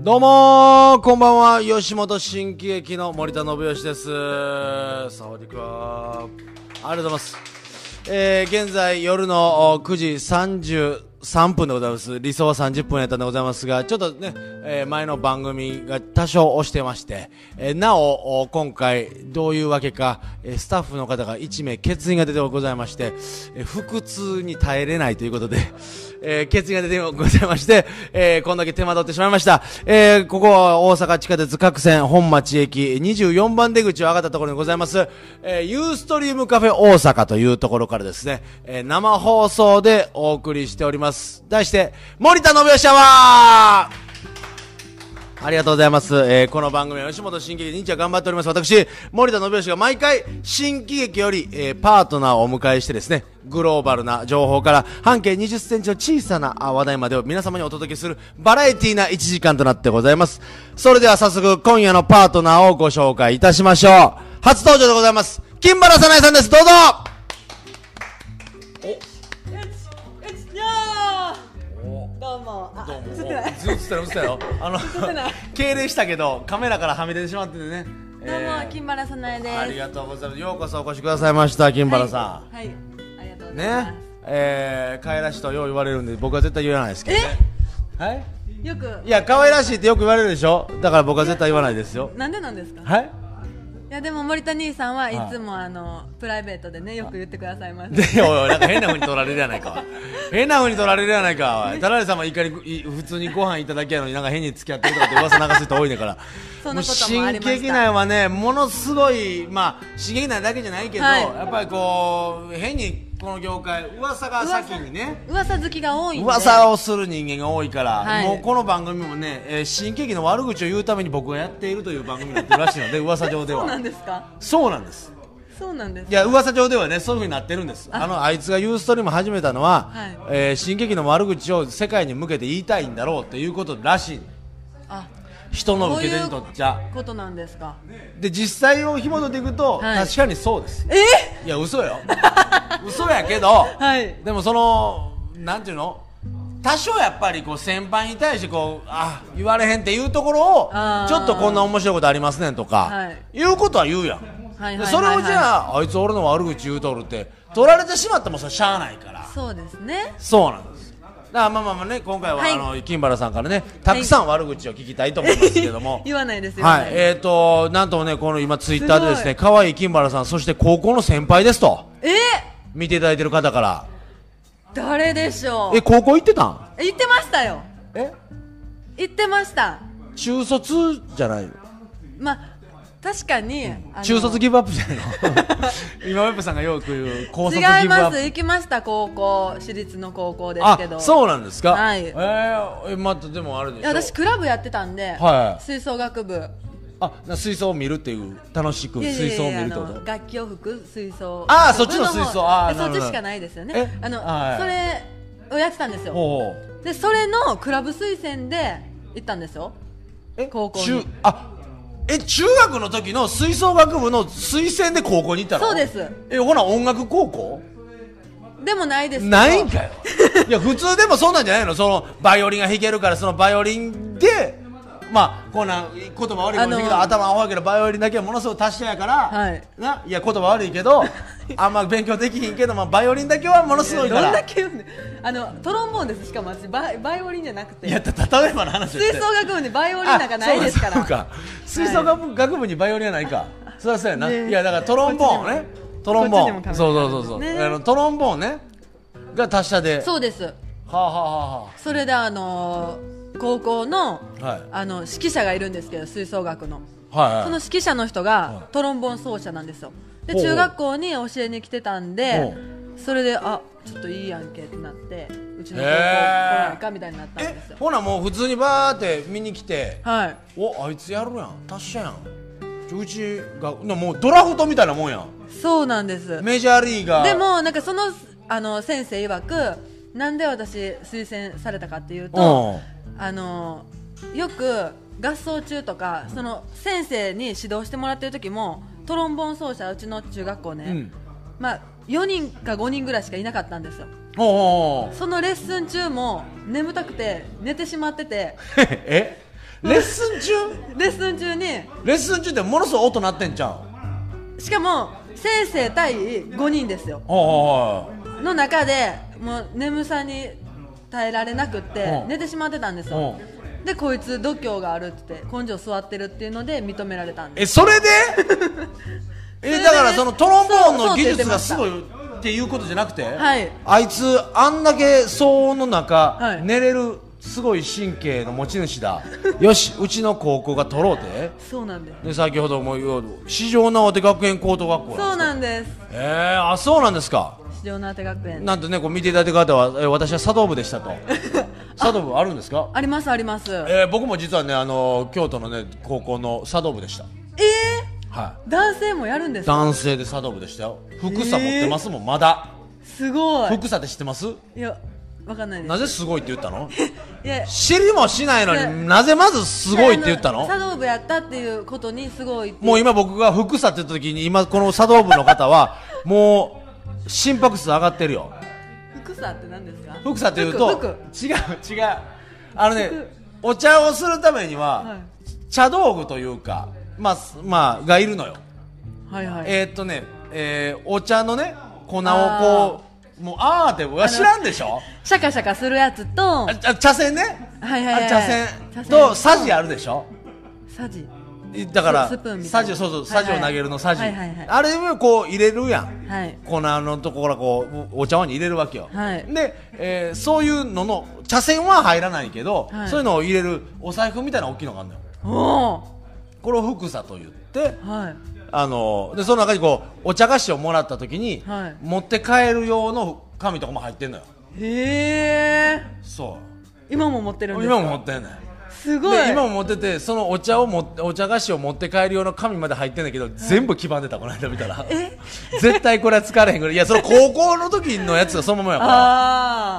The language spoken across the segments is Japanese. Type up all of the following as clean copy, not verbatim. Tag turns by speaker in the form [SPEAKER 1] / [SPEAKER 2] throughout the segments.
[SPEAKER 1] どうもこんばんは。吉本新喜劇の森田信義です。サワディーカー。ありがとうございます。現在夜の9時33分でございます。理想は30分やったんでございますが、ちょっとね、前の番組が多少押してまして、なお今回どういうわけか、スタッフの方が1名欠員が出てございまして、腹痛に耐えれないということで、欠員が出てございまして、こんだけ手間取ってしまいました。ここは大阪地下鉄各線本町駅24番出口を上がったところにございます、ユーストリームカフェ大阪というところからですね、生放送でお送りしております。題して森田信義アワー。ありがとうございます。この番組は吉本新喜劇認知は頑張っております。私森田信義が毎回新喜劇より、パートナーをお迎えしてですね、グローバルな情報から半径20センチの小さな話題までを皆様にお届けするバラエティーな1時間となってございます。それでは早速今夜のパートナーをご紹介いたしましょう。初登場でございます。金原さなえさんです。どうぞ。
[SPEAKER 2] どうも。
[SPEAKER 1] どうも。ずっと映ってたよ。敬礼したけどカメラからはみ出てしまっててね。
[SPEAKER 2] どうも、金原さなえです。
[SPEAKER 1] ありがとうございます。ようこそお越しくださいました。金原さん。
[SPEAKER 2] はい。ありがとうございます。
[SPEAKER 1] ね、可愛らしいとよう言われるんで僕は絶対言わないですけどね。はい。
[SPEAKER 2] よく。
[SPEAKER 1] いや可愛らしいってよく言われるでしょ。だから僕は絶対言わないですよ。
[SPEAKER 2] なんでなんですか。
[SPEAKER 1] はい。
[SPEAKER 2] いやでも森田兄さんはいつもプライベートでねよく言ってくださいます。
[SPEAKER 1] でおいなんか変な風に取られるやないか。変な風に取られるやないか。たられ様普通にご飯いただけやのになんか変に付き合ってるとかって噂流す人多いねんから。
[SPEAKER 2] そんなこともありました。
[SPEAKER 1] 新喜劇内はねものすごいまあ新喜劇内だけじゃないけど、やっぱりこう変にこの業界噂が先にね
[SPEAKER 2] 噂好きが多いんで
[SPEAKER 1] 噂をする人間が多いから、
[SPEAKER 2] はい、
[SPEAKER 1] もうこの番組もね、新喜劇の悪口を言うために僕がやっているという番組になってるらしいので噂上では
[SPEAKER 2] そうなんですか。
[SPEAKER 1] そうなんです。
[SPEAKER 2] そうなんです。
[SPEAKER 1] いや噂上ではねそういう風になってるんです。あいつがユーストリーム始めたのは、はい、新喜劇の悪口を世界に向けて言いたいんだろうということらしい。あ、人の受け手にとっちゃ
[SPEAKER 2] こういうことなんですか。
[SPEAKER 1] で実際を紐解いていくと、はい、確かにそうです。いや嘘よ嘘やけど、はい、でもそのなんていうの多少やっぱりこう先輩に対してこう言われへんっていうところをちょっとこんな面白いことありますねんとか、はい、いうことは言うやん。それをじゃああいつ俺の悪口言うとるって取られてしまってもそれしゃあないから。
[SPEAKER 2] そうですね。
[SPEAKER 1] そうなんです。だからまあね今回は、はい、金原さんからねたくさん悪口を聞きたいと思いますけども、
[SPEAKER 2] 言わないですよ。
[SPEAKER 1] はい、なんともねこの今ツイッターでですね可愛い金原さんそして高校の先輩ですと見ていただいてる方から
[SPEAKER 2] 誰でしょう。
[SPEAKER 1] 高校行ってたん？
[SPEAKER 2] 行ってましたよ。行ってました。
[SPEAKER 1] 中卒じゃないの？
[SPEAKER 2] まあ確かに、
[SPEAKER 1] 中卒ギブアップじゃないの今ウェブさんがよく言う高卒ギブアップ。違い
[SPEAKER 2] ます。行きました。高校私立の高校ですけど。
[SPEAKER 1] そうなんですか。
[SPEAKER 2] はい。
[SPEAKER 1] またでもあるでしょ。
[SPEAKER 2] 私クラブやってたんで、はい、吹奏楽部。
[SPEAKER 1] 吹奏を見るっていう楽しく吹奏を見るってこと。
[SPEAKER 2] 楽器を吹く吹奏。
[SPEAKER 1] そっちの吹奏。
[SPEAKER 2] そっちしかないですよね。それをやってたんですよ。でそれのクラブ推薦で行ったんですよ。高校に。
[SPEAKER 1] 中学の時の吹奏楽部の推薦で高校に行ったの？そう
[SPEAKER 2] です。
[SPEAKER 1] ほな音楽高校
[SPEAKER 2] でもないですけど。
[SPEAKER 1] ないんかよいや普通でもそんなんじゃないの。そのバイオリンが弾けるからそのバイオリンでまあこんな言葉悪いかもしれんけど、頭青いけどバイオリンだけはものすごい達者やから、はい、いや言葉悪いけどあんま勉強できひんけど、バイオリンだけはものすごいから。
[SPEAKER 2] どんだけ言うんでトロンボーンです。しかも私バイオリンじゃなくて、
[SPEAKER 1] いや例えばの話
[SPEAKER 2] 吹奏楽部にバイオリンなんかないですから。
[SPEAKER 1] そうか吹奏楽部にバイオリンはないか。そりゃそうやな。いやだからトロンボーンね、トロンボーン、そうトロンボーンねが達者で。
[SPEAKER 2] そうです。それで高校の、指揮者がいるんですけど吹奏楽の、その指揮者の人がトロンボーン奏者なんですよ。で中学校に教えに来てたんで、それでちょっといいやんけってなってうちの高校来ないかみたいになったんですよ。
[SPEAKER 1] ほなもう普通にバーって見に来て、
[SPEAKER 2] はい、
[SPEAKER 1] あいつやるやん達者やんうちがもうドラフトみたいなもんやん。
[SPEAKER 2] そうなんです。
[SPEAKER 1] メジャーリーガーで
[SPEAKER 2] もなんかその先生曰くなんで私推薦されたかっていうと、よく合奏中とかその先生に指導してもらってる時もトロンボーン奏者うちの中学校ね、4人か5人ぐらいしかいなかったんですよ。そのレッスン中も眠たくて寝てしまってて
[SPEAKER 1] レッスン中
[SPEAKER 2] レッスン中に
[SPEAKER 1] レッスン中ってものすごい音鳴ってんちゃ
[SPEAKER 2] う。しかも先生対5人ですよ。の中でもう眠さに耐えられなくって寝てしまってたんですよ。でこいつ度胸があるって根性座ってるっていうので認められたんです。
[SPEAKER 1] それでだからそのトロンボーンの技術がすごいっていうことじゃなくて、
[SPEAKER 2] はい、
[SPEAKER 1] あいつあんだけ騒音の中、はい、寝れるすごい神経の持ち主だよしうちの高校が取ろうて。
[SPEAKER 2] そうなんです。
[SPEAKER 1] で先ほども四条直手学園高等学校。
[SPEAKER 2] そうなんです。
[SPEAKER 1] あ、そうなんですか。
[SPEAKER 2] 四条直手学園
[SPEAKER 1] なんとねこう見ていただいた方は、私は茶道部でしたと茶道部あるんですか。
[SPEAKER 2] ありますあります。
[SPEAKER 1] 僕も実はね京都のね高校の茶道部でした。はい、
[SPEAKER 2] 男性もやるんですか。
[SPEAKER 1] 男性で茶道部でしたよ。服さ持ってますもんまだ。
[SPEAKER 2] すごい。
[SPEAKER 1] 服さって知ってます。
[SPEAKER 2] いやわかんないです。
[SPEAKER 1] なぜすごいって言ったの
[SPEAKER 2] いや
[SPEAKER 1] 知りもしないのになぜまずすごいって言ったの。
[SPEAKER 2] 茶道部やったっていうことにすごいって。
[SPEAKER 1] もう今僕が服さって言った時に今この茶道部の方はもう心拍数上がってるよ。
[SPEAKER 2] 服さって何ですか。
[SPEAKER 1] 服さって言うと違うお茶をするためには、はい、茶道具というかまあがいるのよ。
[SPEAKER 2] はいはい。
[SPEAKER 1] お茶のね粉をこうもうって知らんでしょ。
[SPEAKER 2] シャカシャカするやつと
[SPEAKER 1] 茶筅ね。
[SPEAKER 2] はいはいはい。
[SPEAKER 1] 茶筅とさじあるでしょ。
[SPEAKER 2] さじ
[SPEAKER 1] だから
[SPEAKER 2] さじ
[SPEAKER 1] を投げるのさじ、あれをこう入れるやん、
[SPEAKER 2] はい、
[SPEAKER 1] 粉のところからこうお茶碗に入れるわけよ、
[SPEAKER 2] はい、
[SPEAKER 1] で、そういうのの茶筅は入らないけど、はい、そういうのを入れるお財布みたいな大きいのがあるのよ。これを服さと言って、
[SPEAKER 2] はい、
[SPEAKER 1] でその中にこうお茶菓子をもらった時に、
[SPEAKER 2] はい、
[SPEAKER 1] 持って帰る用の紙とかも入ってんのよ。
[SPEAKER 2] へえ。
[SPEAKER 1] そう
[SPEAKER 2] 今も持ってるんですか。
[SPEAKER 1] 今も持ってんねん。
[SPEAKER 2] すごい。
[SPEAKER 1] 今も持っててそのお茶菓子を持って帰る用の紙まで入ってんだけど、全部黄ばんでたこの間見たら絶対これは使われへんぐらい。いやその高校の時のやつがそのままやから。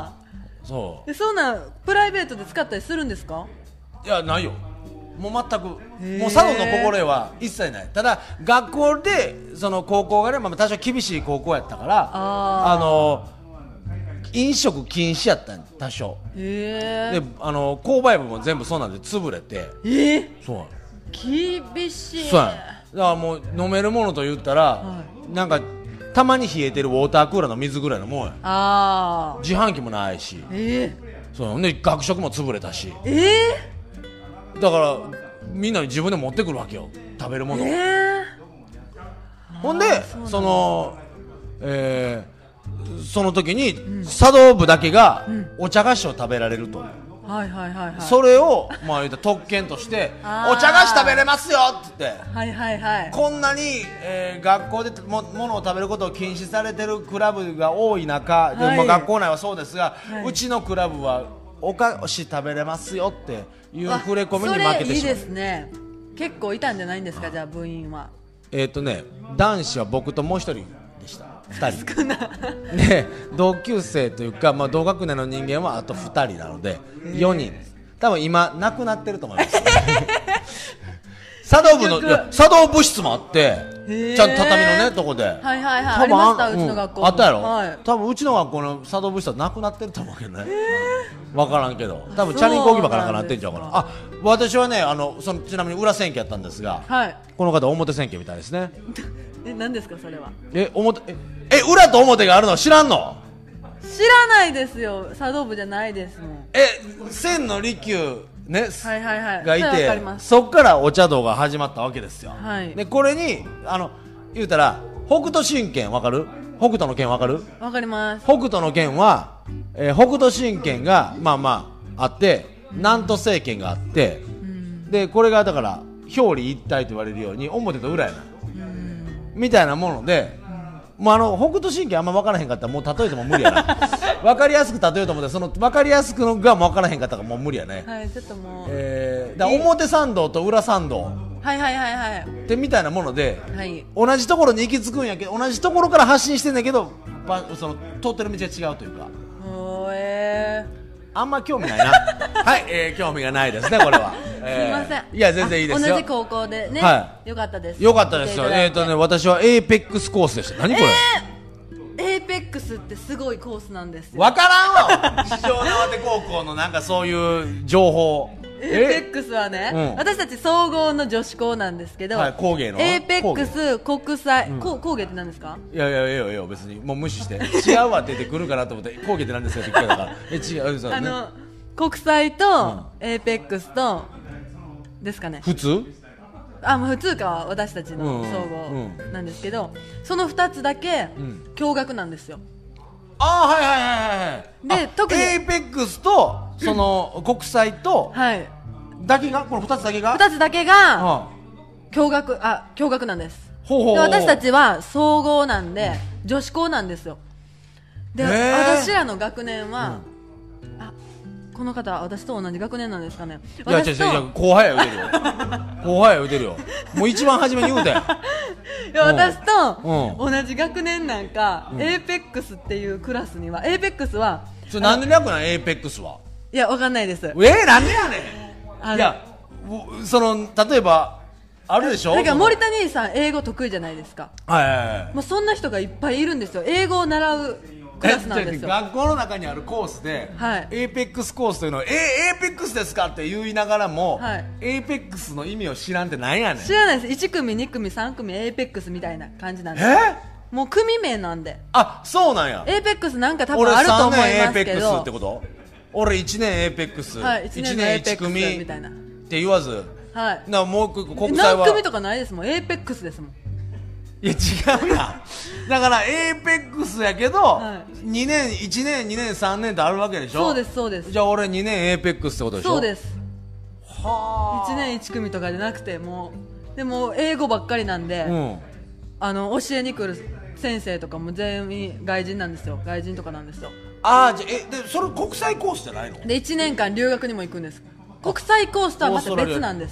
[SPEAKER 1] そう
[SPEAKER 2] そんなプライベートで使ったりするんですか。
[SPEAKER 1] いやないよ。もう全くもう茶道の心得は一切ない。ただ学校でその高校がね、多少厳しい高校やったから飲食禁止やったん多少。で購買部も全部そうなんで潰れて。そう
[SPEAKER 2] 厳しい。
[SPEAKER 1] そうや。だからもう飲めるものと言ったら、はい、なんかたまに冷えてるウォータークーラーの水ぐらいのもんや。自販機もないし、そうで学食も潰れたし、だからみんなに自分で持ってくるわけよ食べるもの、ほんでその時に茶道部だけがお茶菓子を食べられると、それを言った特権としてお茶菓子食べれますよって言って、こんなに、学校でものを食べることを禁止されてるクラブが多い中で、学校内はそうですが、うちのクラブはお菓子食べれますよっていう触れ込みに負けてしまう。それいい
[SPEAKER 2] ですね。結構いたんじゃないんですか。じゃあ部員は
[SPEAKER 1] 男子は僕ともう一人でした。2人で同級生というか、同学年の人間はあと2人なので4人です。多分今なくなってると思います茶道部室もあってちゃんと畳のねとこで、
[SPEAKER 2] ありました。うちの学校
[SPEAKER 1] あったやろ。多分うちの学校の茶道部室はなくなってると思うけどね。分からんけど多分チャリンコ置き場かなんかなってんちゃうかな。私はねちなみに裏千家やったんですが、この方表千家みたいですね。
[SPEAKER 2] 何ですかそれは。
[SPEAKER 1] 裏と表があるの知らんの。
[SPEAKER 2] 知らないですよ。茶道部じゃないですもん。
[SPEAKER 1] 千の利休ね、
[SPEAKER 2] が
[SPEAKER 1] いて、そっからお茶道が始まったわけですよ。でこれに言うたら北斗神拳わかる？北斗の拳わかる？
[SPEAKER 2] わかります。
[SPEAKER 1] 北斗の拳は、北斗神拳があって南斗星拳があって、でこれがだから表裏一体と言われるように表と裏やなみたいなもので、北斗神拳あんま分からへんかったらもう例えても無理やな分かりやすく例えようと思ってその分かりやすくのが分からへんかったからもう無理やね。
[SPEAKER 2] ちょっともう、
[SPEAKER 1] だ表参道と裏参道ってみたいなもので、同じところに行き着くんやけど同じところから発信してんだけどその通ってる道が違うというか。あんま興味ないな興味がないですねこれは。
[SPEAKER 2] すみません。
[SPEAKER 1] いや全然いいですよ。
[SPEAKER 2] 同じ高校でね、よかったです。
[SPEAKER 1] よかったですよ。私はエーペックスコースでした。何これ。
[SPEAKER 2] エーペックスってすごいコースなんですよ。
[SPEAKER 1] わからんわ。四条畷高校のなんかそういう情報。
[SPEAKER 2] APEX はね、私たち総合の女子校なんですけど、
[SPEAKER 1] 工芸の
[SPEAKER 2] APEX 国際、工芸って何ですか？
[SPEAKER 1] いや別にもう無視して違うわって言ってくるかなと思って工芸って何ですかって聞いたから違うそうね、
[SPEAKER 2] 国際と APEX とですかね。
[SPEAKER 1] 普通？
[SPEAKER 2] 普通かは私たちの総合なんですけど、その2つだけ共学なんですよ。
[SPEAKER 1] で、特に APEX とその国際とだけがこの2つだけが
[SPEAKER 2] 共学なんです。で、私たちは総合なんで女子校なんですよ。で、私らの学年は、この方私と同じ学年なんですかね。
[SPEAKER 1] いや後輩や言うてるよ後輩や言うてるよ。もう一番初めに言うたよ。
[SPEAKER 2] いや、私と同じ学年なんか、APEX っていうクラスには APEX は
[SPEAKER 1] それ何で略なん APEX は。
[SPEAKER 2] いや、わかんないです。
[SPEAKER 1] なんでやねん。いや、その例えばあるでしょ。
[SPEAKER 2] だから森田兄さん英語得意じゃないですか。
[SPEAKER 1] も
[SPEAKER 2] うそんな人がいっぱいいるんですよ。英語を習うクラスなんですよ。
[SPEAKER 1] 学校の中にあるコースで、APEX コースというのをAPEX ですかって言いながらも、APEX の意味を知らんってなんやねん。
[SPEAKER 2] 知らないです。1組2組3組 APEX みたいな感じなんです。もう組名なんで。
[SPEAKER 1] そうなんや。
[SPEAKER 2] APEX なんか多分あると思いますけど。
[SPEAKER 1] 俺3年 APEX ってこと。俺1年 APEX、1年1組
[SPEAKER 2] みたいな
[SPEAKER 1] って言わず、もう国
[SPEAKER 2] 際は何組とかないですもん。APEX ですもん。
[SPEAKER 1] いや違うやん。だからAPEXやけど、1年2年3年とあるわけでしょ。
[SPEAKER 2] そうです。
[SPEAKER 1] じゃあ俺2年 APEX ってことでしょ。
[SPEAKER 2] そうです。1年1組とかじゃなくて、でも英語ばっかりなんで、教えに来る先生とかも全員外人なんですよ。外人とかなんですよ。
[SPEAKER 1] でそれ国際コースじゃないの？
[SPEAKER 2] で1年間留学にも行くんです。国際コースとはまた別なんです。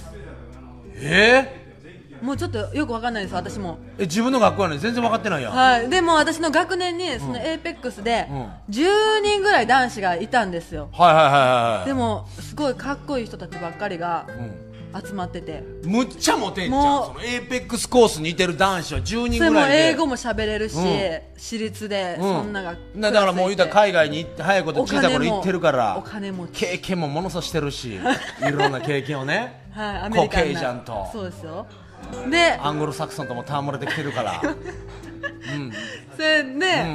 [SPEAKER 2] もうちょっとよく分かんないです。私も
[SPEAKER 1] 自分の学校はね全然分かってないや
[SPEAKER 2] ん。でも私の学年にその APEX で10人ぐらい男子がいたんですよ。でもすごいかっこいい人たちばっかりが集まってて、
[SPEAKER 1] むっちゃモテんじゃん。その APEX コースにいてる男子は10人ぐらいで、それも
[SPEAKER 2] 英語も喋れるし、私立でそんなが
[SPEAKER 1] だからもう言うたら海外に行って早いこと小さい頃行ってるから、
[SPEAKER 2] お金も
[SPEAKER 1] 経験もものすごいしてるしいろんな経験をね
[SPEAKER 2] アメリカンな
[SPEAKER 1] コケイジャンと
[SPEAKER 2] そうですよ。で
[SPEAKER 1] アングロサクソンとも戯れてきてるから
[SPEAKER 2] それで、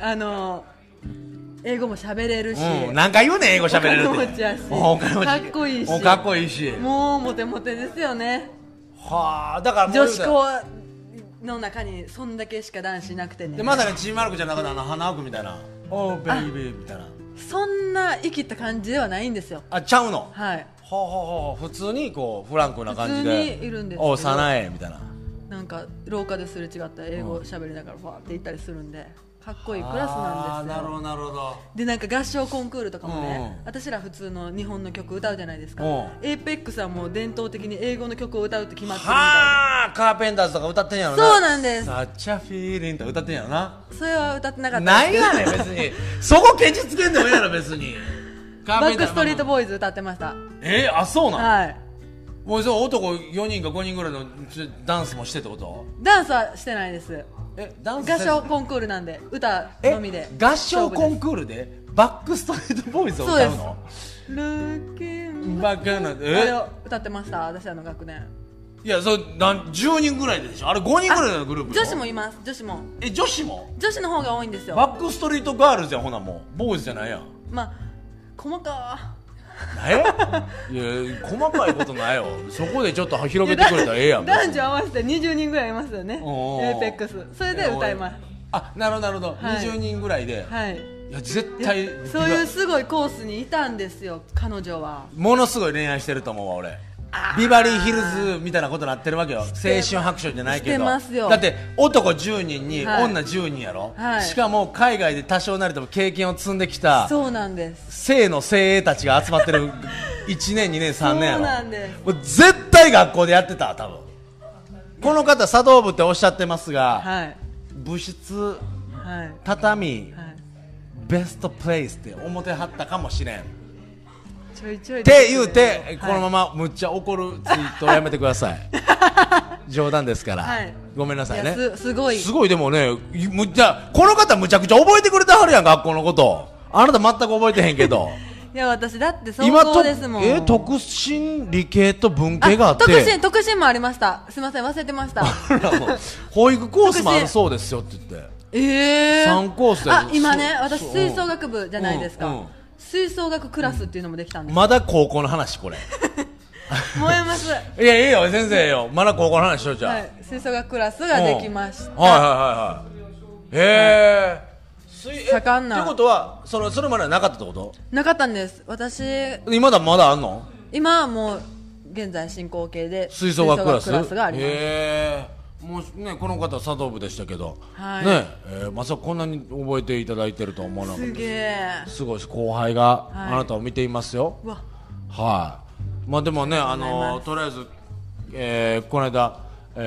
[SPEAKER 2] 英語も喋れるし、
[SPEAKER 1] 何回言うねん英語喋れるって。
[SPEAKER 2] お金持ちやしかっこいいし、
[SPEAKER 1] かっこいいし、
[SPEAKER 2] もうモテモテですよね。
[SPEAKER 1] だから
[SPEAKER 2] 女子校の中にそんだけしか男子いなくてね。
[SPEAKER 1] でまだねちーまる子じゃなくて花奥みたいなおーベイビーみたいな、
[SPEAKER 2] そんな生きた感じではないんですよ。
[SPEAKER 1] ちゃうの。普通にこうフランクな感じで
[SPEAKER 2] 普通にいるんですけど、
[SPEAKER 1] おさなえみたいな、
[SPEAKER 2] なんか廊下ですれ違ったら英語喋りながらファーって行ったりするんで、かっこいいクラスなんですよ。
[SPEAKER 1] なるほど。
[SPEAKER 2] でなんか合唱コンクールとかもね、私ら普通の日本の曲歌うじゃないですか。APEX はもう伝統的に英語の曲を歌うって決まってるみたいな。
[SPEAKER 1] カーペンターズとか歌ってんやろな。
[SPEAKER 2] そうなんです。
[SPEAKER 1] サッチャフィーリンとか歌ってんやろな。
[SPEAKER 2] それは歌ってなかった。
[SPEAKER 1] ないやねん別にそこケチつけんでもいいやろ別に。
[SPEAKER 2] バックストリートボーイズ歌ってました。
[SPEAKER 1] そうなん。もうそう男4人か5人ぐらいのダンスもしてってこと？
[SPEAKER 2] ダンスはしてないです。
[SPEAKER 1] 合
[SPEAKER 2] 唱コンクールなんで歌のみで。
[SPEAKER 1] 合唱コンクールでバックストリートボーイズを歌うの？
[SPEAKER 2] ルッキン
[SPEAKER 1] バックの
[SPEAKER 2] あれを歌ってました。私らの学年。
[SPEAKER 1] いや10人ぐらいでしょ。あれ5人ぐらいのグループ。
[SPEAKER 2] 女子もいます。女子も。
[SPEAKER 1] 女子も？
[SPEAKER 2] 女子の方が多いんですよ。
[SPEAKER 1] バックストリートガールズやほなもうボーイズじゃないやん。
[SPEAKER 2] 細か
[SPEAKER 1] いや細かいことないよ。そこでちょっと広げてくれたらええやん。
[SPEAKER 2] 男女合わせて20人ぐらいいますよね。APEX それで歌います。
[SPEAKER 1] なるほど、20人ぐらいで。いや絶対
[SPEAKER 2] そういうすごいコースにいたんですよ。彼女は
[SPEAKER 1] ものすごい恋愛してると思うわ俺。ビバリーヒルズみたいなことになってるわけよ。青春白書じゃないけど。だって男10人に女10人やろ。しかも海外で多少なりとも経験を積んできた
[SPEAKER 2] そうなんです
[SPEAKER 1] 性の精鋭たちが集まってる1年2年3年やろ。
[SPEAKER 2] そうなんです。
[SPEAKER 1] もう絶対学校でやってた多分。この方茶道部っておっしゃってますが、部室、畳、ベストプレイスって思ってはったかもしれんって言うて、このままむっちゃ怒るツイートをやめてください冗談ですから、ごめんなさいね。
[SPEAKER 2] すごい
[SPEAKER 1] でもね、この方むちゃくちゃ覚えてくれてはるやん学校のこと。あなた全く覚えてへんけど
[SPEAKER 2] いや私だって総合ですもん。
[SPEAKER 1] 特進理系と文系があって、
[SPEAKER 2] 特進もありました。すみません忘れてました。
[SPEAKER 1] 保育コースもあるそうですよって言って。3コースで。
[SPEAKER 2] 今ね私吹奏楽部じゃないですか。吹奏楽クラスっていうのもできたんです。
[SPEAKER 1] まだ高校の話これ。
[SPEAKER 2] 燃えます。
[SPEAKER 1] いやいいよ先生よ、まだ高校の話しようじゃん。
[SPEAKER 2] はい、吹奏楽クラスができました。
[SPEAKER 1] はいはいはいはい。へえ。
[SPEAKER 2] 盛んな。
[SPEAKER 1] ってことはそれまではなかったってこと？
[SPEAKER 2] なかったんです。私
[SPEAKER 1] 今まだあんの？
[SPEAKER 2] 今はもう現在進行形で
[SPEAKER 1] 吹奏楽クラス
[SPEAKER 2] があります。
[SPEAKER 1] へえ。もうね、この方茶道部でしたけど、
[SPEAKER 2] はい、
[SPEAKER 1] ね、まさかこんなに覚えていただいてるとは思わなかった。
[SPEAKER 2] すげえ。
[SPEAKER 1] すごい後輩があなたを見ていますよ。はい。まあでもね、とりあえず、この間、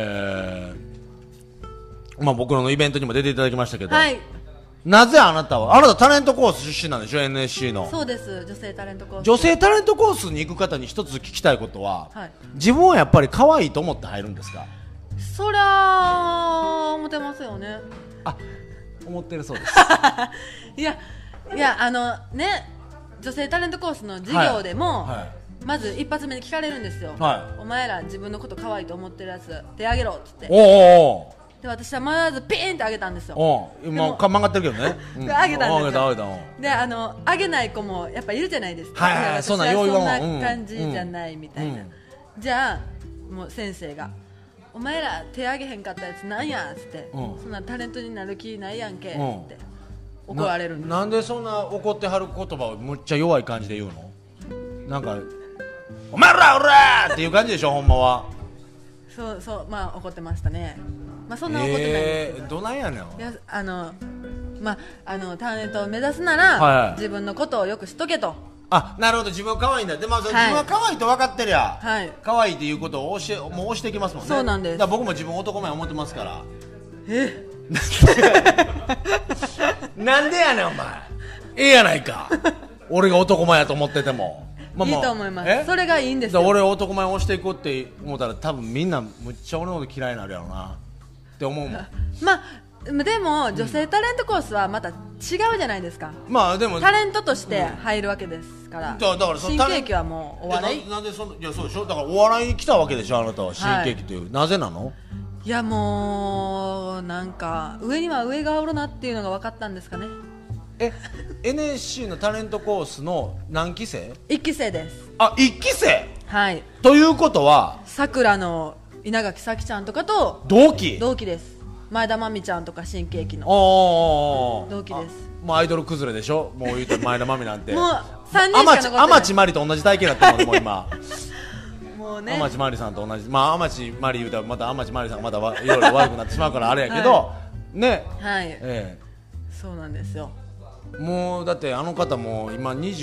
[SPEAKER 1] まあ僕のイベントにも出ていただきましたけど、
[SPEAKER 2] はい、
[SPEAKER 1] なぜあなたタレントコース出身なんでしょ、 NSC の。
[SPEAKER 2] そうです、女性タレントコース。
[SPEAKER 1] 女性タレントコースに行く方に一つ聞きたいことは、
[SPEAKER 2] はい、
[SPEAKER 1] 自分はやっぱり可愛いと思って入るんですか？
[SPEAKER 2] そりゃ思ってますよね。
[SPEAKER 1] 思ってるそうです。
[SPEAKER 2] いやね、女性タレントコースの授業でも、はいはい、まず一発目に聞かれるんですよ、はい、お前ら自分のこと可愛いと思ってるやつ手あげろっつって。で私はまずピーンってあげたんですよ。
[SPEAKER 1] 今曲がってるけどね。
[SPEAKER 2] あげたんですよ。であげない子もやっぱいるじゃないですか。
[SPEAKER 1] はいはい、
[SPEAKER 2] そんな感じじゃないみたいな、じゃあもう先生がお前ら手あげへんかったやつなんやっつって、そんなタレントになる気ないやんけって怒られるんです。
[SPEAKER 1] なんでそんな怒ってはる言葉をむっちゃ弱い感じで言うの？なんかお前らおらっていう感じでしょ、ほんまは。
[SPEAKER 2] そうまあ怒ってましたね。まあそんな怒ってないんですけど。
[SPEAKER 1] どないやねん。いや
[SPEAKER 2] まあタレントを目指すなら、はい、自分のことをよく知っとけと。
[SPEAKER 1] なるほど、自分は可愛いんだ。でも、自分は可愛いと分かってりゃ、はい、可愛いっていうことをもう押していきますもんね。
[SPEAKER 2] そうなんです。
[SPEAKER 1] だから僕も自分男前思ってますから。なんでやねんお前。やないか。俺が男前やと思ってても。
[SPEAKER 2] いいと思います。それがいいんですよ。
[SPEAKER 1] 俺男前を押していこうって思ったら多分みんなむっちゃ俺のこと嫌いになるやろなって思うもん。
[SPEAKER 2] まあでも女性タレントコースはまた違うじゃないですか。
[SPEAKER 1] まあでも
[SPEAKER 2] タレントとして入るわけですから。だから新喜劇はもうお笑い。
[SPEAKER 1] なんでいやそうでしょ。だからお笑いに来たわけでしょ、あなたは。新喜劇という、なぜなの？
[SPEAKER 2] いやもうなんか上には上がおるなっていうのが分かったんですかね。
[SPEAKER 1] NSC のタレントコースの何期生
[SPEAKER 2] ？1期生です。
[SPEAKER 1] 1期生。
[SPEAKER 2] はい。
[SPEAKER 1] ということは
[SPEAKER 2] さくらの稲垣咲ちゃんとかと
[SPEAKER 1] 同期
[SPEAKER 2] です。前田真美ちゃんとか新喜劇の同期です。
[SPEAKER 1] もうアイドル崩れでしょ。もう言うて前田真美なんて
[SPEAKER 2] もう3人しか残ってない。
[SPEAKER 1] 天地真理と同じ体型だったもん今。
[SPEAKER 2] もうね、
[SPEAKER 1] 天地真理さんと同じ。まあ天地真理言うたらまた天地真理さんがまたいろいろ悪くなってしまうからあれやけど、はい、ね。
[SPEAKER 2] はい、そうなんですよ。
[SPEAKER 1] もうだってあの方も今もう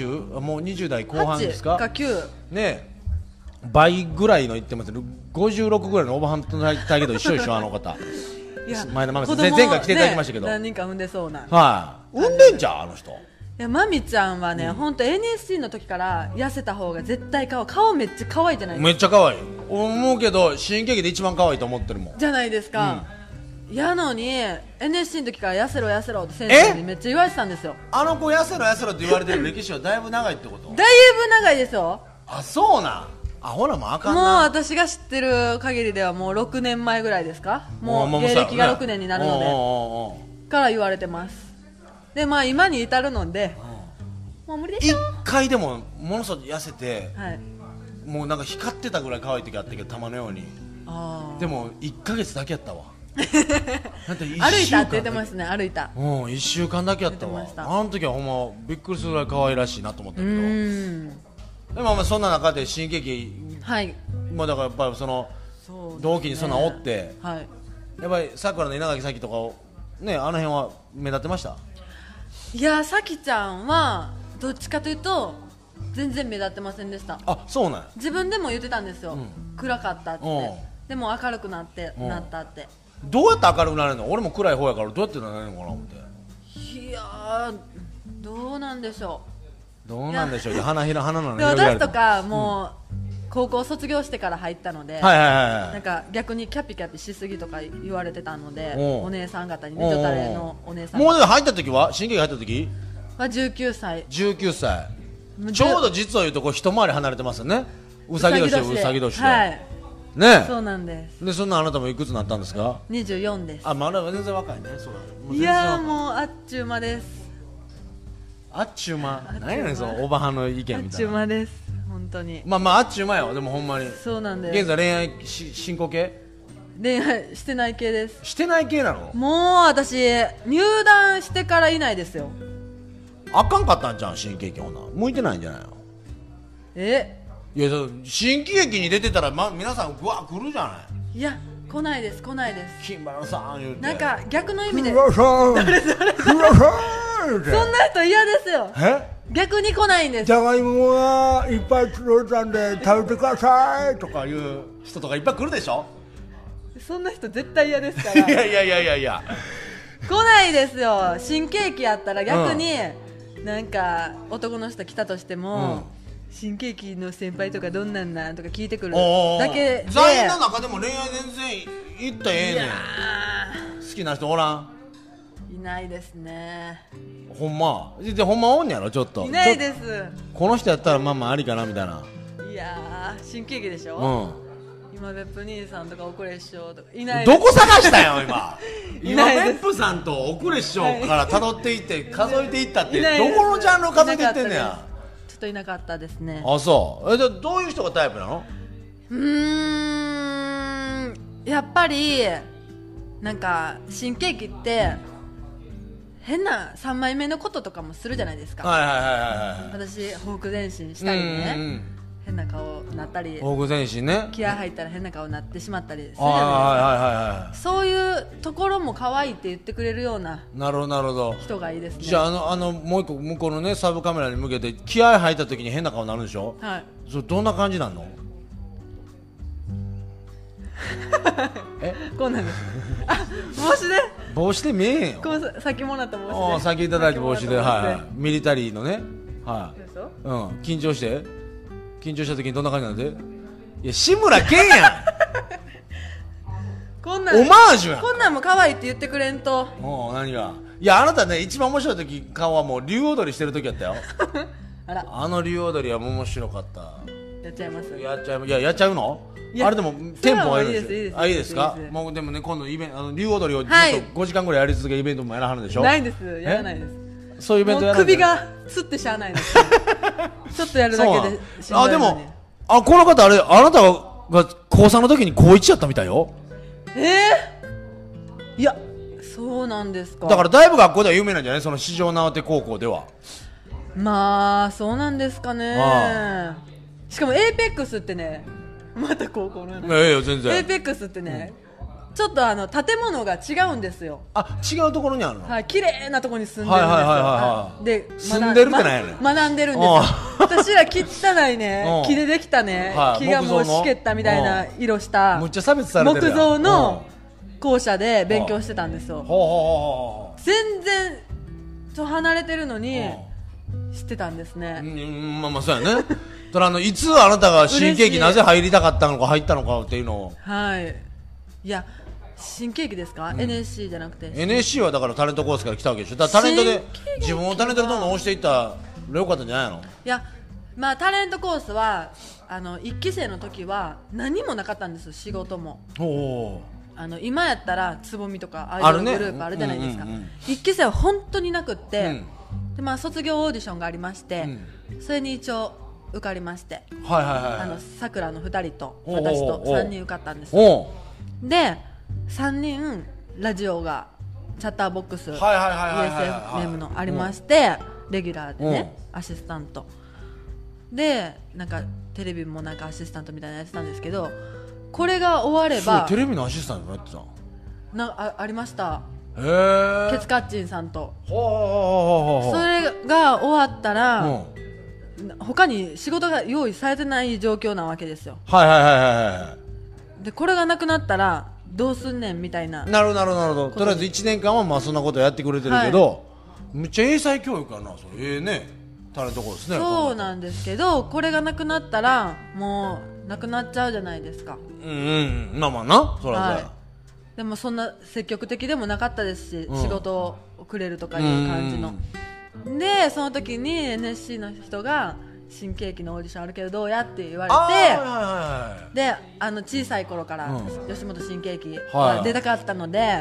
[SPEAKER 1] 20代後半ですか。
[SPEAKER 2] 8か9
[SPEAKER 1] ね。倍ぐらいの言ってますけど、56ぐらいのオーバーハンドの体型と一緒でしょあの方。前田真美さん、前回来ていただきましたけど、
[SPEAKER 2] 何人か産んでそうな。
[SPEAKER 1] はい、産んでんじゃんあの人。い
[SPEAKER 2] や真美ちゃんはね、本当 NSC の時から痩せた方が絶対顔めっちゃ可愛いじゃないですか。
[SPEAKER 1] めっちゃ可愛い思うけど、新喜劇で一番可愛いと思ってるもん。
[SPEAKER 2] じゃないですか。やのに NSC の時から痩せろって先生にめっちゃ言われてたんですよ。
[SPEAKER 1] あの子痩せろって言われてる歴史はだいぶ長いってこと？
[SPEAKER 2] だいぶ長いですよ。
[SPEAKER 1] そうなん。ほらもうあかんな。
[SPEAKER 2] もう私が知ってる限りではもう6年前ぐらいですか。もう芸歴が6年になるのでから言われてます。でまあ今に至るので、もう無理でしょ。
[SPEAKER 1] 1回でもものすごく痩せて、はい、もうなんか光ってたぐらい可愛い時あったけど、玉のように。でも1ヶ月だけやったわ。
[SPEAKER 2] だって歩いたって言ってますね。歩いた。
[SPEAKER 1] 1週間だけやったわ。あの時はほんまびっくりするぐらい可愛らしいなと思ったけど。でもそんな中で新喜劇、はい、もうだからやっぱりその同期にそんなおって、はい、やっぱりさくらの稲垣咲とかをね、あの辺は目立ってました？
[SPEAKER 2] いや、咲ちゃんはどっちかというと全然目立ってませんでした。
[SPEAKER 1] そうなん。
[SPEAKER 2] 自分でも言ってたんですよ、暗かったって。でも明るくなったって。ど
[SPEAKER 1] うやって明るくなれるの？俺も暗い方やからどうやってなれるのかな思って。
[SPEAKER 2] いやどうなんでしょう。
[SPEAKER 1] 花の
[SPEAKER 2] 私とかもう高校卒業してから入ったので、なんか逆にキャピキャピしすぎとか言われてたので、お姉さん方にね、女タレのお姉さん方。
[SPEAKER 1] もう入った時は新喜劇入った時
[SPEAKER 2] は19歳。
[SPEAKER 1] ちょうど実を言うとこう一回り離れてますよね。うさぎ年でうさぎ年で、
[SPEAKER 2] はい
[SPEAKER 1] ね。
[SPEAKER 2] そうなんです。
[SPEAKER 1] でそんなあなたもいくつになったんですか
[SPEAKER 2] ？24です。
[SPEAKER 1] あ、まだ全然若いね。そうだ、
[SPEAKER 2] いやもうあっちゅう間です。
[SPEAKER 1] あっちゅう間何やねんそのおばはんの意見みたいな。
[SPEAKER 2] あっちゅう間です本当に。
[SPEAKER 1] まあまああっちゅう間よ。でもほんまに
[SPEAKER 2] そうなんです。
[SPEAKER 1] 現在恋愛進行形？
[SPEAKER 2] 恋愛してない系です。
[SPEAKER 1] してない系なの？
[SPEAKER 2] もう私入団してからいないですよ。
[SPEAKER 1] あかんかったんじゃん新喜劇。ほな向いてないんじゃないの？いや新喜劇に出てたら、皆さんぐわ来るじゃない。
[SPEAKER 2] いや来ないです来ないです。
[SPEAKER 1] 金原さん言うて
[SPEAKER 2] なんか逆の意味で
[SPEAKER 1] 金原さん
[SPEAKER 2] 誰そんな人嫌ですよ。逆に来ないんです。
[SPEAKER 1] じゃがいもがいっぱい作れたんで食べてくださいとかいう人とかいっぱい来るでしょ。
[SPEAKER 2] そんな人絶対嫌ですから
[SPEAKER 1] いや
[SPEAKER 2] 来ないですよ。新喜劇やったら逆に、なんか男の人来たとしても、新喜劇の先輩とかどんなんなんとか聞いてくるだけで、
[SPEAKER 1] 座員の中でも恋愛全然いったらええねん。好きな人おらん？
[SPEAKER 2] いないですね。
[SPEAKER 1] ほんまでほんまおんやろ。ちょっと
[SPEAKER 2] いないです。
[SPEAKER 1] この人やったらまあまあありかなみたいな。
[SPEAKER 2] いや新喜劇でしょ。今別府兄さんとか奥レ師匠とかいないです。
[SPEAKER 1] どこ探したよ今別府さんと奥レ師匠から辿っていって数えていったって、どこのジャンルを数えていってんねや。
[SPEAKER 2] ちょっといなかったですね。
[SPEAKER 1] あ、そうじゃどういう人がタイプなの？
[SPEAKER 2] やっぱりなんか新喜劇って変な3枚目のこととかもするじゃないですか。私フォーク前進したりね、変な顔になったり、
[SPEAKER 1] フォーク前進ね、
[SPEAKER 2] 気合入ったら変な顔になってしまったりするじゃないですか。そういうところも可愛いって言ってくれるような人がいいですね。
[SPEAKER 1] じゃあもう一個向こうのねサブカメラに向けて気合入った時に変な顔になるんでしょ。
[SPEAKER 2] はい。
[SPEAKER 1] それどんな感じなんの？
[SPEAKER 2] こうなんです。
[SPEAKER 1] 帽子で見えへんよ。
[SPEAKER 2] 先もらった帽子で。
[SPEAKER 1] 先いただいた帽子で、ミリタリーのね、緊張した時にどんな感じなんで？いや志村けんやん
[SPEAKER 2] こんなん
[SPEAKER 1] オマージュやん。
[SPEAKER 2] こんなんも可愛いって言ってくれんと。
[SPEAKER 1] 何が？いやあなたね一番面白い時顔はもう竜踊りしてる時やったよあの竜踊りは面白かった。
[SPEAKER 2] やっちゃいます。
[SPEAKER 1] やっちゃうの？あれでもテンポがいるんですよ。いいですか？もうでもね今度イベント竜踊りをずっと5時間ぐらいやり続けるイベントもやらはるんでしょ？
[SPEAKER 2] ないです、やらないです。
[SPEAKER 1] そういうイベントやらない。
[SPEAKER 2] 首がつってしゃあないですちょっとやるだけでしんどいのに。
[SPEAKER 1] でもこの方あなたが高3の時に高1やったみたいよ。
[SPEAKER 2] いやそうなんですか。
[SPEAKER 1] だからだいぶ学校では有名なんじゃない？その四条直手高校では。
[SPEAKER 2] まあそうなんですかね。しかもエーペックスってね、また高校の話。
[SPEAKER 1] 全然
[SPEAKER 2] エーペックスってね、ちょっと建物が違うんですよ。
[SPEAKER 1] 違うところにあるの？
[SPEAKER 2] はい、綺麗なところに住んでるんですよ。で
[SPEAKER 1] 住んでるってないよね。
[SPEAKER 2] 学んでるんですよ。私ら汚いね、木でできたね、木がもうしけったみたいな色した
[SPEAKER 1] むっちゃ差別されてるやん。
[SPEAKER 2] 木造の校舎で勉強してたんですよ。全然と離れてるのに知ってたんですね。
[SPEAKER 1] まあそうやねだからいつあなたが新喜劇なぜ入りたかったのか入ったのかっていうのを。
[SPEAKER 2] いや新喜劇ですか、NSC じゃなくて。
[SPEAKER 1] NSC はだからタレントコースから来たわけでしょ。だからタレントで自分をタレントでどんどん押していったらよかったんじゃないの？
[SPEAKER 2] いやまあタレントコースは1期生の時は何もなかったんですよ。仕事も今やったらつぼみとかアイドルグループあるじゃないですか。1期生は本当になくって、で卒業オーディションがありまして、それに一応受かりまして、さくらの2人と私と3人受かったんですよ。で3人ラジオがチャッターボックス ESFM のありまして、レギュラーでねアシスタントでなんかテレビもなんかアシスタントみたいなのやってたんですけど、これが終われば
[SPEAKER 1] テレビのアシスタントやってた
[SPEAKER 2] ありました。ケツカッチンさんと。それが終わったら、他に仕事が用意されてない状況なわけですよ。でこれがなくなったらどうすんねんみたいな。
[SPEAKER 1] なるほど。とりあえず1年間はまあそんなことやってくれてるけど、むっちゃ英才教育やな。それねタレントコースね。
[SPEAKER 2] そうなんですけど、これがなくなったらもうなくなっちゃうじゃないですか。
[SPEAKER 1] まあなそらそうや。
[SPEAKER 2] でもそんな積極的でもなかったですし、仕事をくれるとかいう感じの。でその時に NSC の人が新喜劇のオーディションあるけどどうやって言われて、で小さい頃から吉本新喜劇は出たかったので、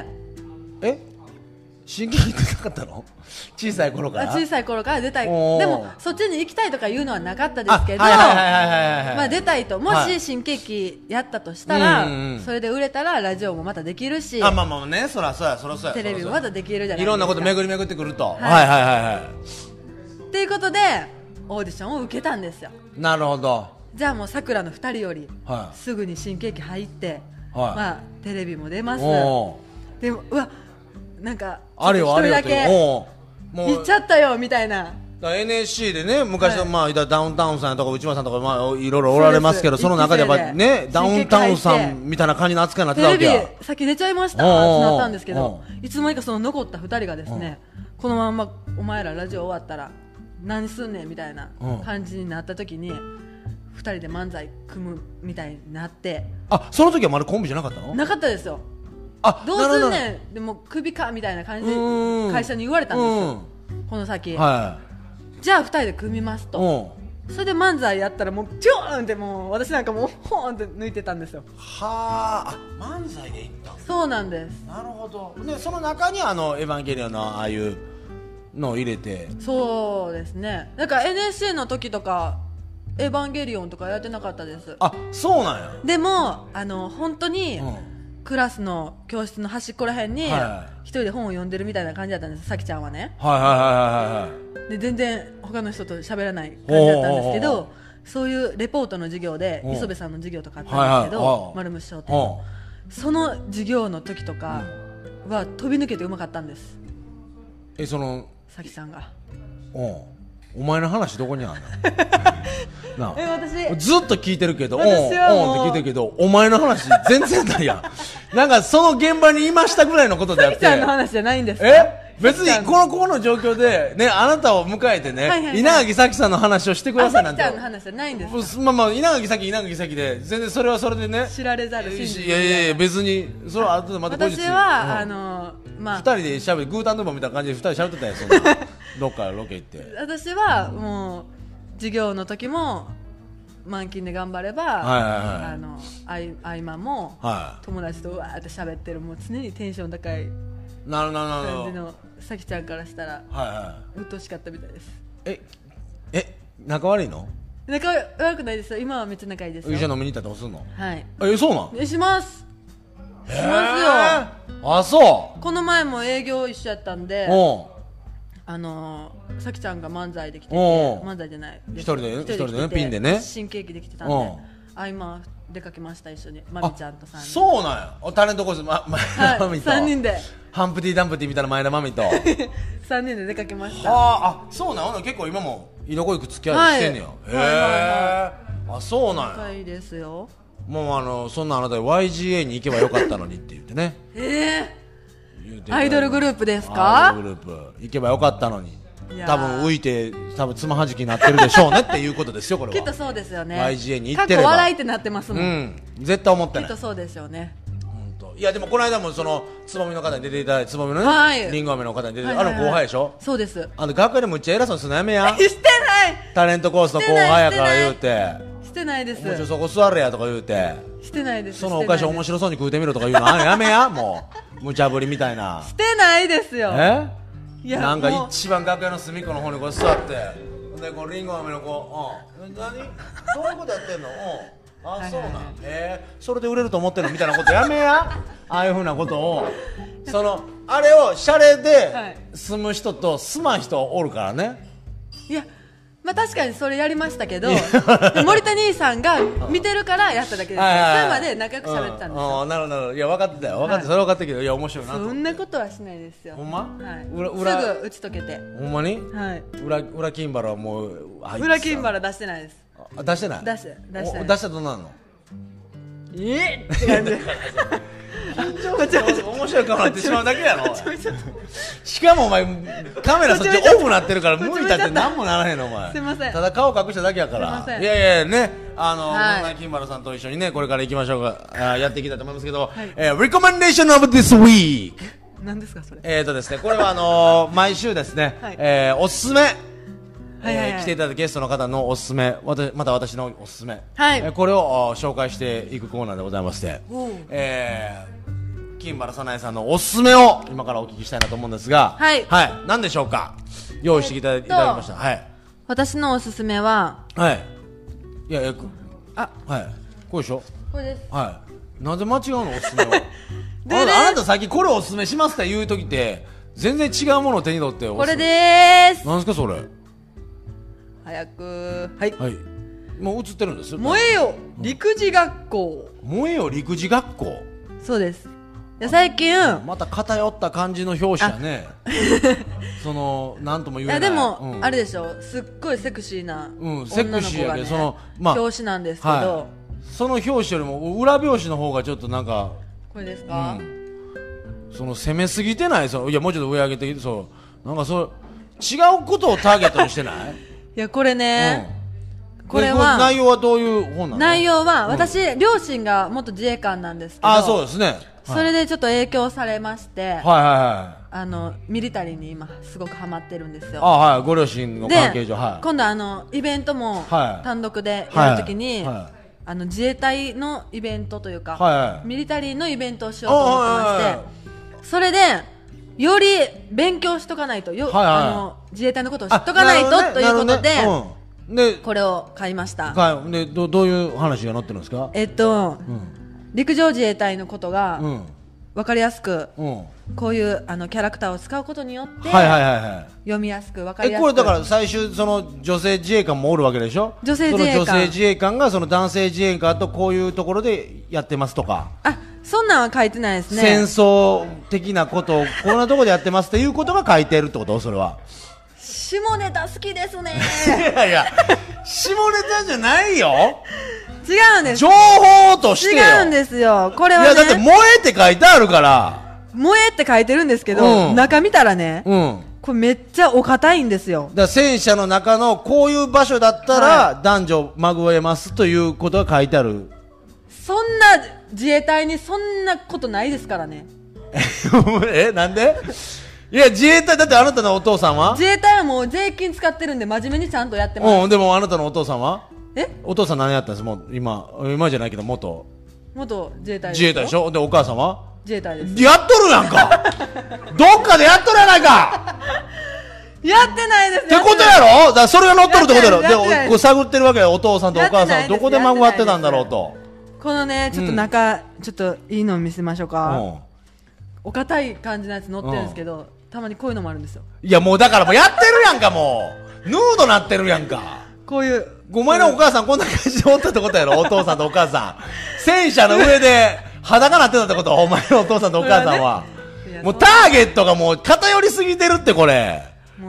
[SPEAKER 1] 新喜劇出たかったの？小さい頃から
[SPEAKER 2] 出たい。でもそっちに行きたいとかいうのはなかったですけど、まあ出たいと、もし新喜劇やったとしたら、それで売れたらラジオもまたできるし、
[SPEAKER 1] まあね、そらそうや
[SPEAKER 2] テレビもまたできるじゃないですか。
[SPEAKER 1] いろんなこと巡り巡ってくると。
[SPEAKER 2] っていうことでオーディションを受けたんですよ。
[SPEAKER 1] なるほど。
[SPEAKER 2] じゃあもうさくらの2人よりすぐに新喜劇入って、まあテレビも出ます。でもうわ、なんか一人だけ行っちゃったよみたいな。
[SPEAKER 1] NSC でね、昔のダウンタウンさんとか内村さんとかいろいろおられますけど、その中でやっぱね、ダウンタウンさんみたいな感じの扱いになってたわけや。
[SPEAKER 2] テレビ先出ちゃいましたってなったんですけど、いつの間にかその残った2人がですね、このままお前らラジオ終わったら何すんねんみたいな感じになった時に、2人で漫才組むみたいになって。
[SPEAKER 1] その時はまだコンビじゃなかったの？
[SPEAKER 2] なかったですよ。どうすんねん、でもクビかみたいな感じで会社に言われたんですよ、この先。じゃあ2人で組みますと。それで漫才やったらもうピョーンってもう私なんかもうホーンって抜いてたんですよ。
[SPEAKER 1] 漫才でいったん？
[SPEAKER 2] そうなんです。
[SPEAKER 1] なるほど。でその中にエヴァンゲリオンのああいうのを入れて。
[SPEAKER 2] そうですね。なんか NSC の時とかエヴァンゲリオンとかやってなかったです。
[SPEAKER 1] そうなんや。
[SPEAKER 2] でも本当に、クラスの教室の端っこらへんに一人で本を読んでるみたいな感じだったんです、さきちゃんはね。で全然他の人と喋らない感じだったんですけど、そういうレポートの授業で磯部さんの授業とかあったんですけど、丸虫商店のその授業の時とかは飛び抜けてうまかったんです。さきさんが。
[SPEAKER 1] お前の話どこにあんの？
[SPEAKER 2] 私
[SPEAKER 1] ずっと聞いてるけど、って聞いてるけど、お前の話全然ないやん。なんかその現場にいましたぐらいのことであって。
[SPEAKER 2] さきちゃんの話じゃないんですか？
[SPEAKER 1] 別にこの状況でね、あなたを迎えてね、稲垣咲さんの話をしてくださいなんて。
[SPEAKER 2] さきちゃんの話じゃないんですか？
[SPEAKER 1] 稲垣咲で全然それはそれでね。
[SPEAKER 2] 知られざる真実。
[SPEAKER 1] いや別にそれは後でまた後日。
[SPEAKER 2] 私は
[SPEAKER 1] 2人で喋るグータンドーバーみたいな感じで2人喋ってたよ、そんな。どっかロケ行って。
[SPEAKER 2] 私はもう授業の時も満勤で頑張れば、合間も友達とうわーって喋ってる、もう常にテンション高い感じのさきちゃんからしたらうっとうしかったみたいです。
[SPEAKER 1] 仲悪いの？
[SPEAKER 2] 仲悪くないですよ、今はめっちゃ仲いいですよ。
[SPEAKER 1] 一緒に飲みに行ったらどうすんの？そうなん？
[SPEAKER 2] しますよ。
[SPEAKER 1] そう。こ
[SPEAKER 2] の前も営業一緒やったんで、さきちゃんが漫才できてて、漫才じゃない、
[SPEAKER 1] 一人でね、ピンでね、
[SPEAKER 2] 新喜劇できてたんで、今出かけました、一緒にまみちゃんと3人。
[SPEAKER 1] そうなんや。タレントコース前田まみと
[SPEAKER 2] 3人で
[SPEAKER 1] ハンプティダンプティみたいな前田まみと
[SPEAKER 2] 3人で出かけました。
[SPEAKER 1] そうなん。結構今も居残り付き合いしてんねや。そうなんや。
[SPEAKER 2] 仲いいですよ。
[SPEAKER 1] もうそんなあなた YGA に行けばよかったのにって言ってね。
[SPEAKER 2] アイドルグループですか？
[SPEAKER 1] アイドルグループ行けばよかったのに、多分浮いてつまはじきになってるでしょうねっていうことですよ、これは。
[SPEAKER 2] きっとそうですよね。
[SPEAKER 1] YGA に行ってれば
[SPEAKER 2] かっこ笑いってなってますもん。
[SPEAKER 1] 絶対思ってない。
[SPEAKER 2] きっとそうですよね。
[SPEAKER 1] いやでもこの間もそのつぼみの方に出ていただいて、つぼみのね、りんご飴の方に出て、後輩でしょ？
[SPEAKER 2] そうです。
[SPEAKER 1] 学会でむっちゃ偉そうにするのやめや。
[SPEAKER 2] してない。
[SPEAKER 1] タレントコースの後輩やから言うて。
[SPEAKER 2] してないです。
[SPEAKER 1] もうそこ座れやとか言うて。
[SPEAKER 2] してないです。
[SPEAKER 1] そのお菓子面白そうに食うてみろとか言うのやめや。もう無茶ぶりみたいな。
[SPEAKER 2] してないですよ。
[SPEAKER 1] なんか一番楽屋の隅っこの方にこう座って、でこうりんご飴の何どういうことやってんの？そうなん。それで売れると思ってるのみたいなことやめや。ああいうふうなことを、あれをシャレで住む人と住まん人おるからね。
[SPEAKER 2] いや、確かにそれやりましたけど、森田兄さんが見てるからやっただけです。それまで仲良く喋ってたんですよ。
[SPEAKER 1] なるほど。いや分かってたよ、それ分かったけど、いや面白いなと。
[SPEAKER 2] そんなことはしないですよ。
[SPEAKER 1] ほんま？
[SPEAKER 2] すぐ打ち解けて。
[SPEAKER 1] ほんまに？裏金原はもう
[SPEAKER 2] 裏金原出してないです。
[SPEAKER 1] 出してない？
[SPEAKER 2] 出した
[SPEAKER 1] らどうなるの？
[SPEAKER 2] って感じで
[SPEAKER 1] 面白い顔になってしまうだけやろ。しかもお前カメラそっちオフなってるから向いたって何もならへんのお前。
[SPEAKER 2] すいません。
[SPEAKER 1] ただ顔隠しただけやから。いやいやね、金原さんと一緒にね、これから行きましょうか。やっていきたいと思いますけど、Recommendation of this week。
[SPEAKER 2] 何ですかそれ？
[SPEAKER 1] ですね、これは毎週ですね、おすすめ来ていただいたゲストの方のおすすめ、また私のおすすめ、これを紹介していくコーナーでございまして、金原さなえさんのおすすめを今からお聞きしたいなと思うんですが、何でしょうか。用意していただきました。
[SPEAKER 2] 私のおすすめは、
[SPEAKER 1] いやこれでしょ。これです。なぜ間違うの、おすすめは。あなた先これおすすめしますって言う時って全然違うものを手に取って。
[SPEAKER 2] これでーす。
[SPEAKER 1] なんですかそれ。
[SPEAKER 2] 早く。
[SPEAKER 1] もう映ってるんです。
[SPEAKER 2] 燃えよ陸自学校。
[SPEAKER 1] 燃えよ陸自学校。
[SPEAKER 2] そうです。最近
[SPEAKER 1] また偏った感じの表紙やね。そのなんとも言えない。
[SPEAKER 2] でも、あれでしょ、すっごいセクシーな女の子がね、表紙なんですけど、
[SPEAKER 1] その表紙よりも裏表紙の方がちょっとなんか。
[SPEAKER 2] これですか。
[SPEAKER 1] その攻めすぎてない。いやもうちょっと上上げて、そうなんかそう違うことをターゲットにしてない。
[SPEAKER 2] いやこれね、これは
[SPEAKER 1] 内容はどういう本なの。
[SPEAKER 2] 内容は私、両親が元自衛官なんですけど、
[SPEAKER 1] そうですね。
[SPEAKER 2] それでちょっと影響されまして、ミリタリーに今すごくハマってるんですよ。
[SPEAKER 1] ご両親の関係上。
[SPEAKER 2] 今度イベントも単独でやるときに、自衛隊のイベントというか、ミリタリーのイベントをしようと思ってまして、それでより勉強しとかないと、自衛隊のことを知っとかないとということで、これを買いました。
[SPEAKER 1] でどういう話が載ってるんですか。
[SPEAKER 2] 陸上自衛隊のことが分かりやすく、こういうキャラクターを使うことによって読みやすく分かりやすく。
[SPEAKER 1] これだから最終その女性自衛官もおるわけでしょ。女性自衛官がその男性自衛官とこういうところでやってますとか。
[SPEAKER 2] そんなんは書いてないですね。
[SPEAKER 1] 戦争的なことをこんなところでやってますっていうことが書いてるってこと。それは
[SPEAKER 2] 下ネタ好きですね。
[SPEAKER 1] いや下ネタじゃないよ。
[SPEAKER 2] 違うんです。
[SPEAKER 1] 情報としてよ。
[SPEAKER 2] 違うんですよ。これはね。
[SPEAKER 1] いやだって燃えって書いてあるから。
[SPEAKER 2] 燃えって書いてるんですけど、中見たらね、これめっちゃお堅いんですよ。
[SPEAKER 1] だから戦車の中のこういう場所だったら男女まぐえますということが書いてある。
[SPEAKER 2] そんな自衛隊にそんなことないですからね。
[SPEAKER 1] なんで。いや自衛隊だってあなたのお父さんは。
[SPEAKER 2] 自衛隊はもう税金使ってるんで真面目にちゃんとやってます。
[SPEAKER 1] でもあなたのお父さんは。お父さん何やったんです。もう今じゃないけど元
[SPEAKER 2] 自衛隊
[SPEAKER 1] でしょ。でお母さんは
[SPEAKER 2] 自衛隊です。
[SPEAKER 1] やっとるやんか。どっかでやっとるやないか。
[SPEAKER 2] やってないです。
[SPEAKER 1] ってことやろ。だからそれが乗っとるってことやろ。でこう探ってるわけよ。お父さんとお母さんどこでまぐわってたんだろうと。
[SPEAKER 2] このねちょっと中、ちょっといいの見せましょうか。お堅い感じのやつ乗ってるんですけど、たまにこういうのもあるんですよ。
[SPEAKER 1] いやもうだからもうやってるやんか。もうヌードなってるやんか。
[SPEAKER 2] こういう
[SPEAKER 1] お前のお母さんこんな感じでおったってことやろ。お父さんとお母さん戦車の上で裸なってたってことはお前のお父さんとお母さんは、もうターゲットがもう偏りすぎてるってこれ。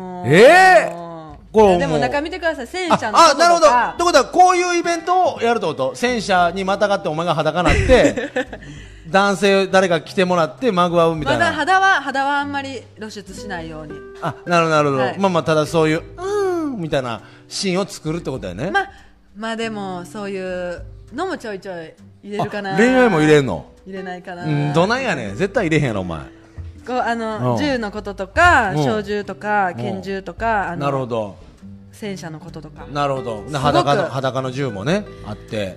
[SPEAKER 2] これでも中見てください。戦車のこととか。
[SPEAKER 1] なるほど。ってことはこういうイベントをやるってこと。戦車にまたがってお前が裸なって男性誰か来てもらってまぐわうみたいな。
[SPEAKER 2] まだ肌はあんまり露出しないように。
[SPEAKER 1] なるほど、まあただそういうみたいなシーンを作るってことだよね。
[SPEAKER 2] まあでもそういうのもちょいちょい入れるかな。
[SPEAKER 1] 恋愛も入れんの。
[SPEAKER 2] 入れないかな。
[SPEAKER 1] どないやねん。絶対入れへんやろお前。
[SPEAKER 2] 銃のこととか小銃とか拳銃とか
[SPEAKER 1] なるほど。
[SPEAKER 2] 戦車のこととか。
[SPEAKER 1] なるほど。裸の銃もねあって、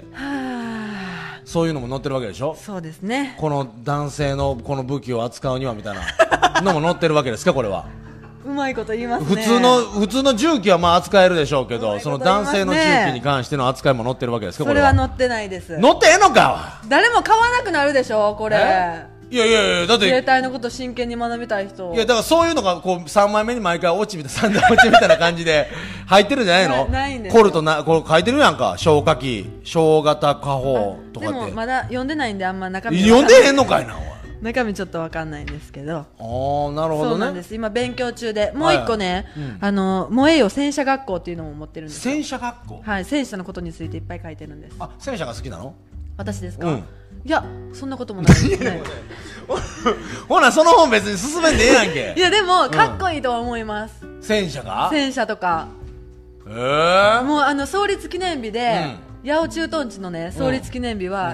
[SPEAKER 1] そういうのも載ってるわけでしょ。
[SPEAKER 2] そうですね。
[SPEAKER 1] この男性のこの武器を扱うにはみたいなのも載ってるわけですか。これは
[SPEAKER 2] うまいこと言いますね。
[SPEAKER 1] 普通の重機はまあ扱えるでしょうけど、その男性の重機に関しての扱いも載ってるわけですか。
[SPEAKER 2] それは載ってないです。
[SPEAKER 1] 載ってええのか。
[SPEAKER 2] 誰も買わなくなるでしょこれ。
[SPEAKER 1] いやだって
[SPEAKER 2] 自衛隊のこと真剣に学びたい人。
[SPEAKER 1] いやだからそういうのがこう3枚目に毎回落ちみたいな3段落ちみたいな感じで入ってるんじゃないの。
[SPEAKER 2] ないんです。
[SPEAKER 1] コルトこれ書いてるやんか。消火器小型火砲とかって。
[SPEAKER 2] でもまだ読んでないんであんま中身
[SPEAKER 1] 読んでへんのかいな。
[SPEAKER 2] 中身ちょっとわかんないんですけど。
[SPEAKER 1] なるほどね。
[SPEAKER 2] そうなんです。今勉強中でもう一個ね、萌えよ戦車学校っていうのも持ってるんですよ。
[SPEAKER 1] 戦車学校。
[SPEAKER 2] はい、戦車のことについていっぱい書いてるんです。
[SPEAKER 1] 戦車が好きなの。
[SPEAKER 2] 私ですか。いやそんなこともないですね。
[SPEAKER 1] ほなその本別に進めんでええやんけ。
[SPEAKER 2] いやでもかっこいいとは思います。
[SPEAKER 1] 戦車が。
[SPEAKER 2] 戦車とか。もう創立記念日で八尾駐屯地のね創立記念日は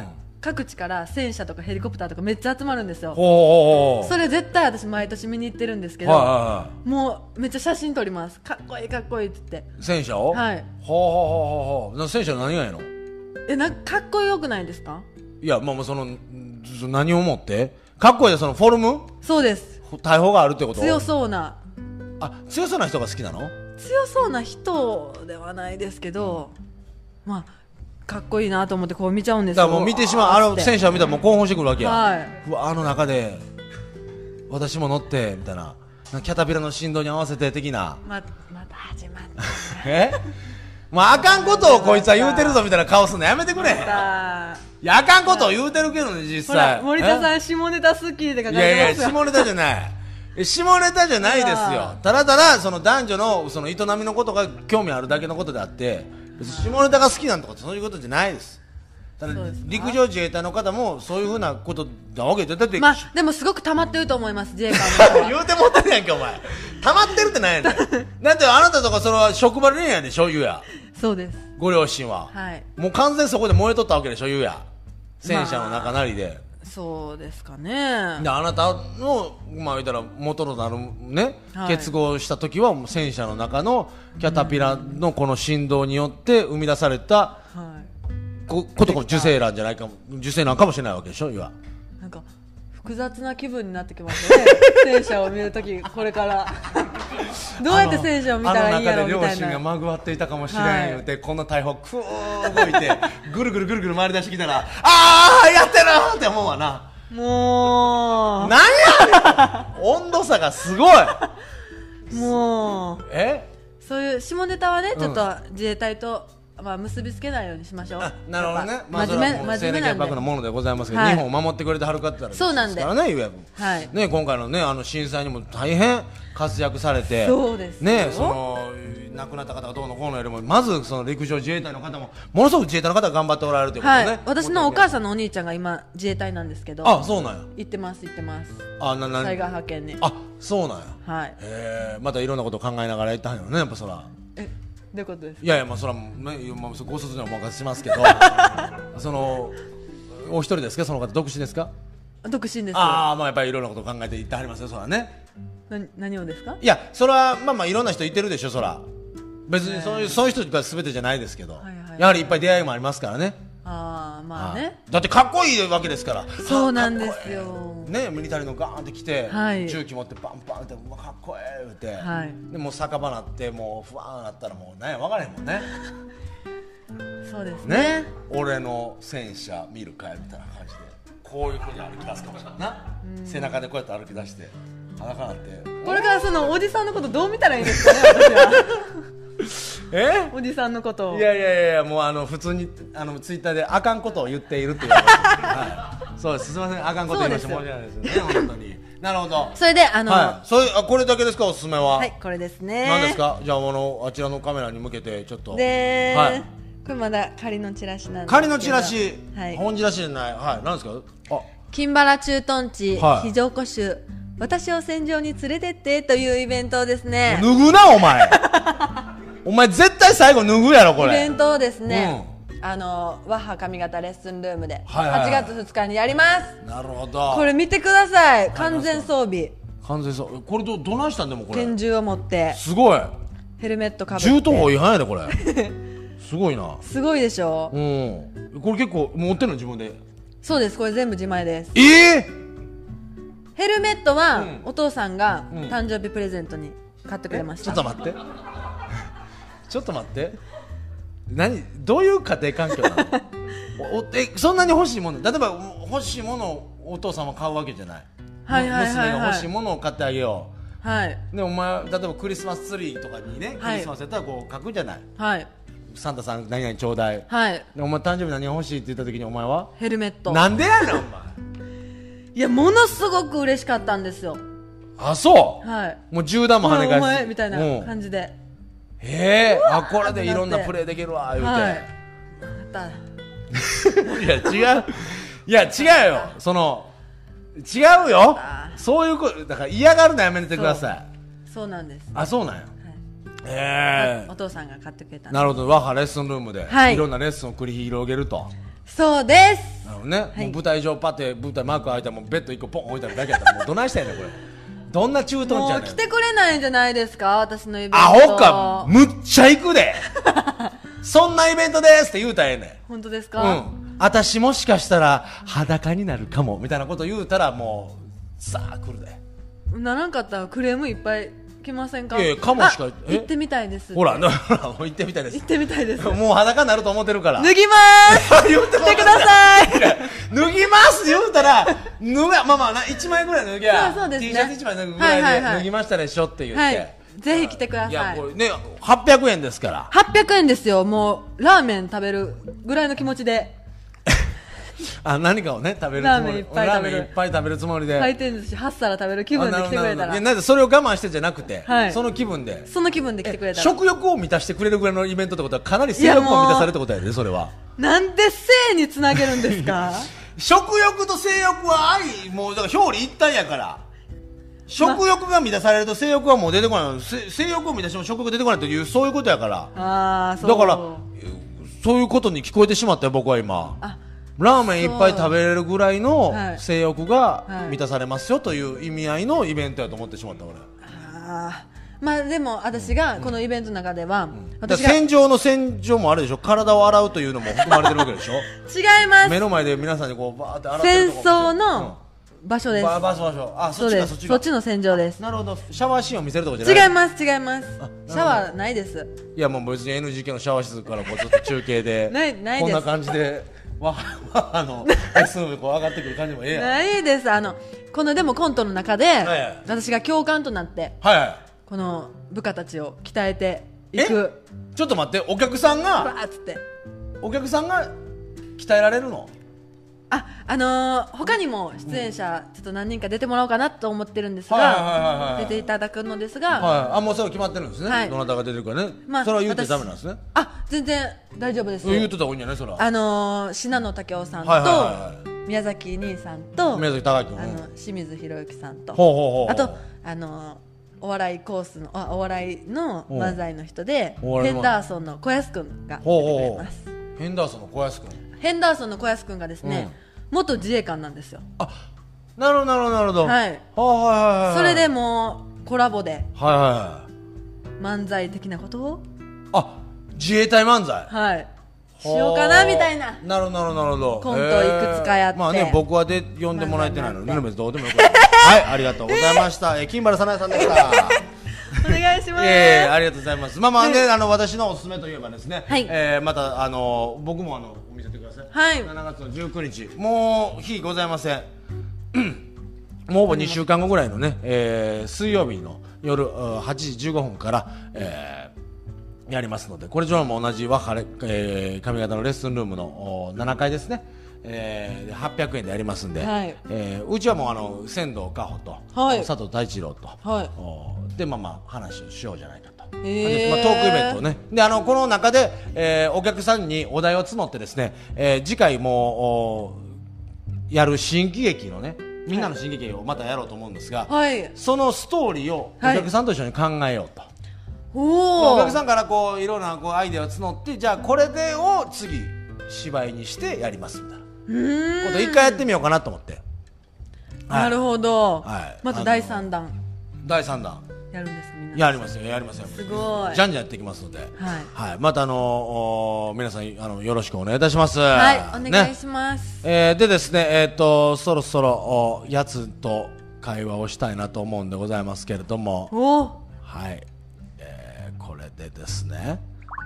[SPEAKER 2] 各地から戦車とかヘリコプターとかめっちゃ集まるんですよ。それ絶対私毎年見に行ってるんですけど、もうめっちゃ写真撮ります。かっこいいかっこいいって言って。
[SPEAKER 1] 戦車を、はい、戦車何がいいの？
[SPEAKER 2] なんかかっこよくないですか？
[SPEAKER 1] いや、まあその何をもってかっこいいで、そのフォルム？そうです。大砲があるってこと？強そうな人が好きなの？
[SPEAKER 2] 強そうな人ではないですけど、まあかっこいいなと思ってこう見ちゃうんですよ。
[SPEAKER 1] だからもう見てしまう、戦車を見たらもう興奮してくるわけや、はい、うわ、中で私も乗ってみたいな、キャタピラの振動に合わせて的な、
[SPEAKER 2] また始まった
[SPEAKER 1] もうあかんことをこいつは言うてるぞみたいな顔すんのやめてくれ。いや、あかんことを言うてるけどね、実際。
[SPEAKER 2] 森田さん下ネタ好きって書かれてますよ。
[SPEAKER 1] いやいや、下ネタじゃない下ネタじゃないですよ。ただただその男女のその営みのことが興味あるだけのことであって、別に下ネタが好きなんとかそういうことじゃないです。ただ陸上自衛隊の方もそういうふうなことなわけで、だって、
[SPEAKER 2] まあ、でもすごく溜まってると思います、自衛官の
[SPEAKER 1] 言うてもってるやんけお前。溜まってるってなんやねん。だってあなたとかそれは職場でねえやでしょ、言うや。
[SPEAKER 2] そうです。
[SPEAKER 1] ご両親は、はい、もう完全にそこで燃えとったわけでしょ、言うや。戦車の中なりで、
[SPEAKER 2] そうですかね。
[SPEAKER 1] であなたの、まあ、言ったら元となるね、はい、結合した時は戦車の中のキャタピラのこの振動によって生み出された、ことこ受精卵じゃないかも、受精卵かもしれないわけでしょ。今
[SPEAKER 2] なんか複雑な気分になってきますね戦車を見るとき、これからどうやって戦車を見たらいいやろみたいな。両親がまぐわっていたかもしれん言うて、こんな大砲クー動いてぐるぐるぐるぐる回り出してきたら、あーやってるって思うわな。もうなんやねん温度差がすごいもうそういう下ネタはね、ちょっと自衛隊とまあ結びつけないようにしましょう。
[SPEAKER 1] なるほどね。まあそれはもう青年潔白のものでございますけど、日本を守ってくれてはる方ですからね、ゆうやくん。ね、今回のね、震災にも大変活躍されて、
[SPEAKER 2] そうです
[SPEAKER 1] ね、その亡くなった方がどうのこうのよりも、まずその陸上自衛隊の方もものすごく自衛隊の方が頑張っておられるということね。
[SPEAKER 2] 私のお母さんのお兄ちゃんが今自衛隊なんですけど。
[SPEAKER 1] あ、そうなんや。
[SPEAKER 2] 行ってます行ってます。
[SPEAKER 1] 災
[SPEAKER 2] 害派遣に。
[SPEAKER 1] あ、そうなんや。
[SPEAKER 2] はい。
[SPEAKER 1] またいろんなことを考えながら行ったんやろね、やっぱそら。
[SPEAKER 2] どういうことですか？
[SPEAKER 1] いやいや、まあそれはね、まあご卒にはお任せしますけどそのお一人ですか、その方独身ですか？
[SPEAKER 2] 独身です。
[SPEAKER 1] ああ、まあやっぱりいろんなことを考えていってはりますよ、そらね。
[SPEAKER 2] 何をですか？
[SPEAKER 1] いや、それはまあまあいろんな人いてるでしょ、そら。別にそういう人が全てじゃないですけど、やはりいっぱい出会いもありますからね。
[SPEAKER 2] ああ、まあね。
[SPEAKER 1] だってかっこいいわけですから。
[SPEAKER 2] そうなんですよ。
[SPEAKER 1] ね、ミリタリーのガーンって来て、銃器持ってバンバンってかっこええって、でもう酒場なってもうふわーなったらもうね、分からへんもんね。
[SPEAKER 2] そうですね。
[SPEAKER 1] 俺の戦車見るかいみたいな感じでこういうふうに歩き出すかもしれないな。背中でこうやって歩き出して裸なんて。
[SPEAKER 2] これからそのおじさんのことどう見たらいいんですかね、私は。おじさんのことを。
[SPEAKER 1] いやいやいや、もう普通にツイッターであかんことを言っているっていう、そうです、すみません、あかんこと言いまして申し訳ないですね、本当に。なるほど。
[SPEAKER 2] それで
[SPEAKER 1] これだけですか、おすすめは。
[SPEAKER 2] はい、これですね。
[SPEAKER 1] 何ですか？じゃああちらのカメラに向けてちょっと。
[SPEAKER 2] これまだ仮のチラシなんですけど。
[SPEAKER 1] 仮のチラシ、本チラシじゃない。はい、何ですか？
[SPEAKER 2] 金原駐屯地非常講習、私を戦場に連れてってというイベントですね。
[SPEAKER 1] 脱ぐなお前お前絶対最後脱ぐやろこれ。
[SPEAKER 2] イベントをですね、ワッハ髪型レッスンルームで8月2日にやります。
[SPEAKER 1] なるほど。
[SPEAKER 2] これ見てください、完全装備。
[SPEAKER 1] 完全装備。これどないしたんでもこれ。
[SPEAKER 2] 拳銃を持って。
[SPEAKER 1] すごい。
[SPEAKER 2] ヘルメットかぶって。
[SPEAKER 1] 銃刀法違反やでこれすごいな。
[SPEAKER 2] すごいでしょ。
[SPEAKER 1] これ結構持ってるの自分で。
[SPEAKER 2] そうです、これ全部自前です。
[SPEAKER 1] ヘ
[SPEAKER 2] ルメットはお父さんが誕生日プレゼントに買ってくれました。
[SPEAKER 1] ちょっと待ってちょっと待って、どういう家庭環境なのそんなに欲しいもの、例えば欲しいものをお父さんは買うわけじゃない。娘が欲しいものを買ってあげよう。でお前例えばクリスマスツリーとかにね、クリスマスやったらこう書くじゃない。サンタさん何々ちょうだい。でお前誕生日何欲しいって言った時にお前は
[SPEAKER 2] ヘルメット。
[SPEAKER 1] なんでやねんお前。
[SPEAKER 2] いや、ものすごく嬉しかったんですよ。
[SPEAKER 1] あ、そう。もう銃弾も跳ね返す
[SPEAKER 2] みたいな感じで。
[SPEAKER 1] これでいろんなプレーできるわ言うて。いや違う、いや違うよ、違うよ、そういうことだから嫌がるのやめてください。
[SPEAKER 2] そうなんです。
[SPEAKER 1] あ、そうなんや。
[SPEAKER 2] お父さんが買ってくれた。
[SPEAKER 1] なるほど。ワッハレッスンルームでいろんなレッスンを繰り広げると。
[SPEAKER 2] そうです。
[SPEAKER 1] ね、もう舞台上パって舞台マーク開いたらもうベッド1個ポン置いただけやったらもうどないしたんやねんこれ。どんな駐屯地やねん。
[SPEAKER 2] もう来てくれないんじゃないですか、私のイベント。
[SPEAKER 1] アホか、むっちゃ行くでそんなイベントですって言うたらええねん。
[SPEAKER 2] 本当ですか。
[SPEAKER 1] 私もしかしたら裸になるかもみたいなこと言うたらもうさあ来るで。
[SPEAKER 2] ならんかったらクレームいっぱい来ませんか。
[SPEAKER 1] いやいやかもしか
[SPEAKER 2] 行ってみたいです。
[SPEAKER 1] ほらもう行ってみたいです。
[SPEAKER 2] 行ってみたいです。
[SPEAKER 1] もう裸になると思ってるから
[SPEAKER 2] 脱ぎまーす
[SPEAKER 1] 言って
[SPEAKER 2] 来てください
[SPEAKER 1] 脱ぎます言うたらまあ1枚ぐらい脱ぎゃ
[SPEAKER 2] そうですね、
[SPEAKER 1] T シャツ1枚脱ぐぐらいで脱ぎましたでしょって言って、はい、
[SPEAKER 2] ぜひ来てください。
[SPEAKER 1] いやこれね800円ですから。
[SPEAKER 2] 800円ですよ。もうラーメン食べるぐらいの気持ちで
[SPEAKER 1] 何かをね食べるつもり、ラーメンいっぱい食べるつもりで
[SPEAKER 2] 回転寿司8皿食べる気分で来てくれたら。
[SPEAKER 1] なんでそれを我慢してじゃなくて、はい、その気分で
[SPEAKER 2] 来てくれたら。
[SPEAKER 1] 食欲を満たしてくれるぐらいのイベントってことはかなり性欲を満たされるってことやで。それは
[SPEAKER 2] なんで性につなげるんですか
[SPEAKER 1] 食欲と性欲はもうだから表裏一体やから、食欲が満たされると性欲はもう出てこない。性欲を満たしても食欲出てこないというそういうことやから。だからそういうことに聞こえてしまったよ僕は今。ラーメンいっぱい食べれるぐらいの性欲が満たされますよという意味合いのイベントやと思ってしまった俺。
[SPEAKER 2] まあでも私がこのイベントの中では、
[SPEAKER 1] 洗浄の洗浄もあるでしょ。体を洗うというのも含まれてるわけでしょ
[SPEAKER 2] 違います。
[SPEAKER 1] 目の前で皆さんにこうバーって洗ってるとこ。
[SPEAKER 2] 戦争の場所です。
[SPEAKER 1] 場所。
[SPEAKER 2] そっちの戦場です。
[SPEAKER 1] なるほど。シャワーシーンを見せるとこじゃない。
[SPEAKER 2] 違います。シャワーないです。
[SPEAKER 1] いやもう別に NGK のシャワー室からこうずっと中継で
[SPEAKER 2] ないです。
[SPEAKER 1] こんな感じでS のこう上がってくる感じもええやん。
[SPEAKER 2] ないです。このでもコントの中で、私が教官となって、この部下たちを鍛えていく。
[SPEAKER 1] ちょっと待って、お客さんが鍛えられるの？
[SPEAKER 2] 他にも出演者ちょっと何人か出てもらおうかなと思ってるんですが、出ていただくのですが、
[SPEAKER 1] もうそれ決まってるんですね。どなたが出てるかね。それは言ってダメなんですね。
[SPEAKER 2] 全然大丈夫です。
[SPEAKER 1] 言ってた方がいいんじゃないそれは。
[SPEAKER 2] 信濃武雄さんと宮崎兄さんと
[SPEAKER 1] 宮崎貴明
[SPEAKER 2] 清水宏之さんと、
[SPEAKER 1] あ
[SPEAKER 2] とお笑いコースのお笑いの漫才の人でヘンダーソンの小安くんが出てくれます。
[SPEAKER 1] ヘンダーソンの小安くん。
[SPEAKER 2] ヘンダーソンの小安くんがですね、元自衛官なんですよ。
[SPEAKER 1] なるほど。はい。
[SPEAKER 2] それでもうコラボで漫才的なことを
[SPEAKER 1] 自衛隊漫才
[SPEAKER 2] しようかなみたいな。
[SPEAKER 1] なるほど。
[SPEAKER 2] コントいくつかやって。
[SPEAKER 1] まあね僕は呼んでもらえてないので別にどうでもよくはいありがとうございました。金原さなえさんでした。
[SPEAKER 2] お願いします。
[SPEAKER 1] ありがとうございます。まあね私のおすすめといえばですね、また僕も見せてください。7月の19日もう日ございません。もうほぼ2週間後ぐらいのね水曜日の夜8時15分からやりますので、これ上も同じ髪型のレッスンルームの7階ですね。800円でやりますんで、うちはもう仙道果歩と佐藤太一郎とで話をしようじゃないかと。トークイベントをね。でこの中でお客さんにお題を募ってですね、次回もやる新喜劇のね、みんなの新喜劇をまたやろうと思うんですが、そのストーリーをお客さんと一緒に考えようと。お客さんからいろいろなアイデアを募って、じゃあこれを次芝居にしてやりますみたいなことを一回やってみようかなと思って。
[SPEAKER 2] なるほど。また第3弾やるんですか。みんな
[SPEAKER 1] やりますよ。
[SPEAKER 2] すごい。
[SPEAKER 1] じゃんじゃんやっていきますので、また皆さんよろしくお願いいたします。
[SPEAKER 2] お願いします。
[SPEAKER 1] でですねそろそろやつと会話をしたいなと思うんでございますけれども、これでですね、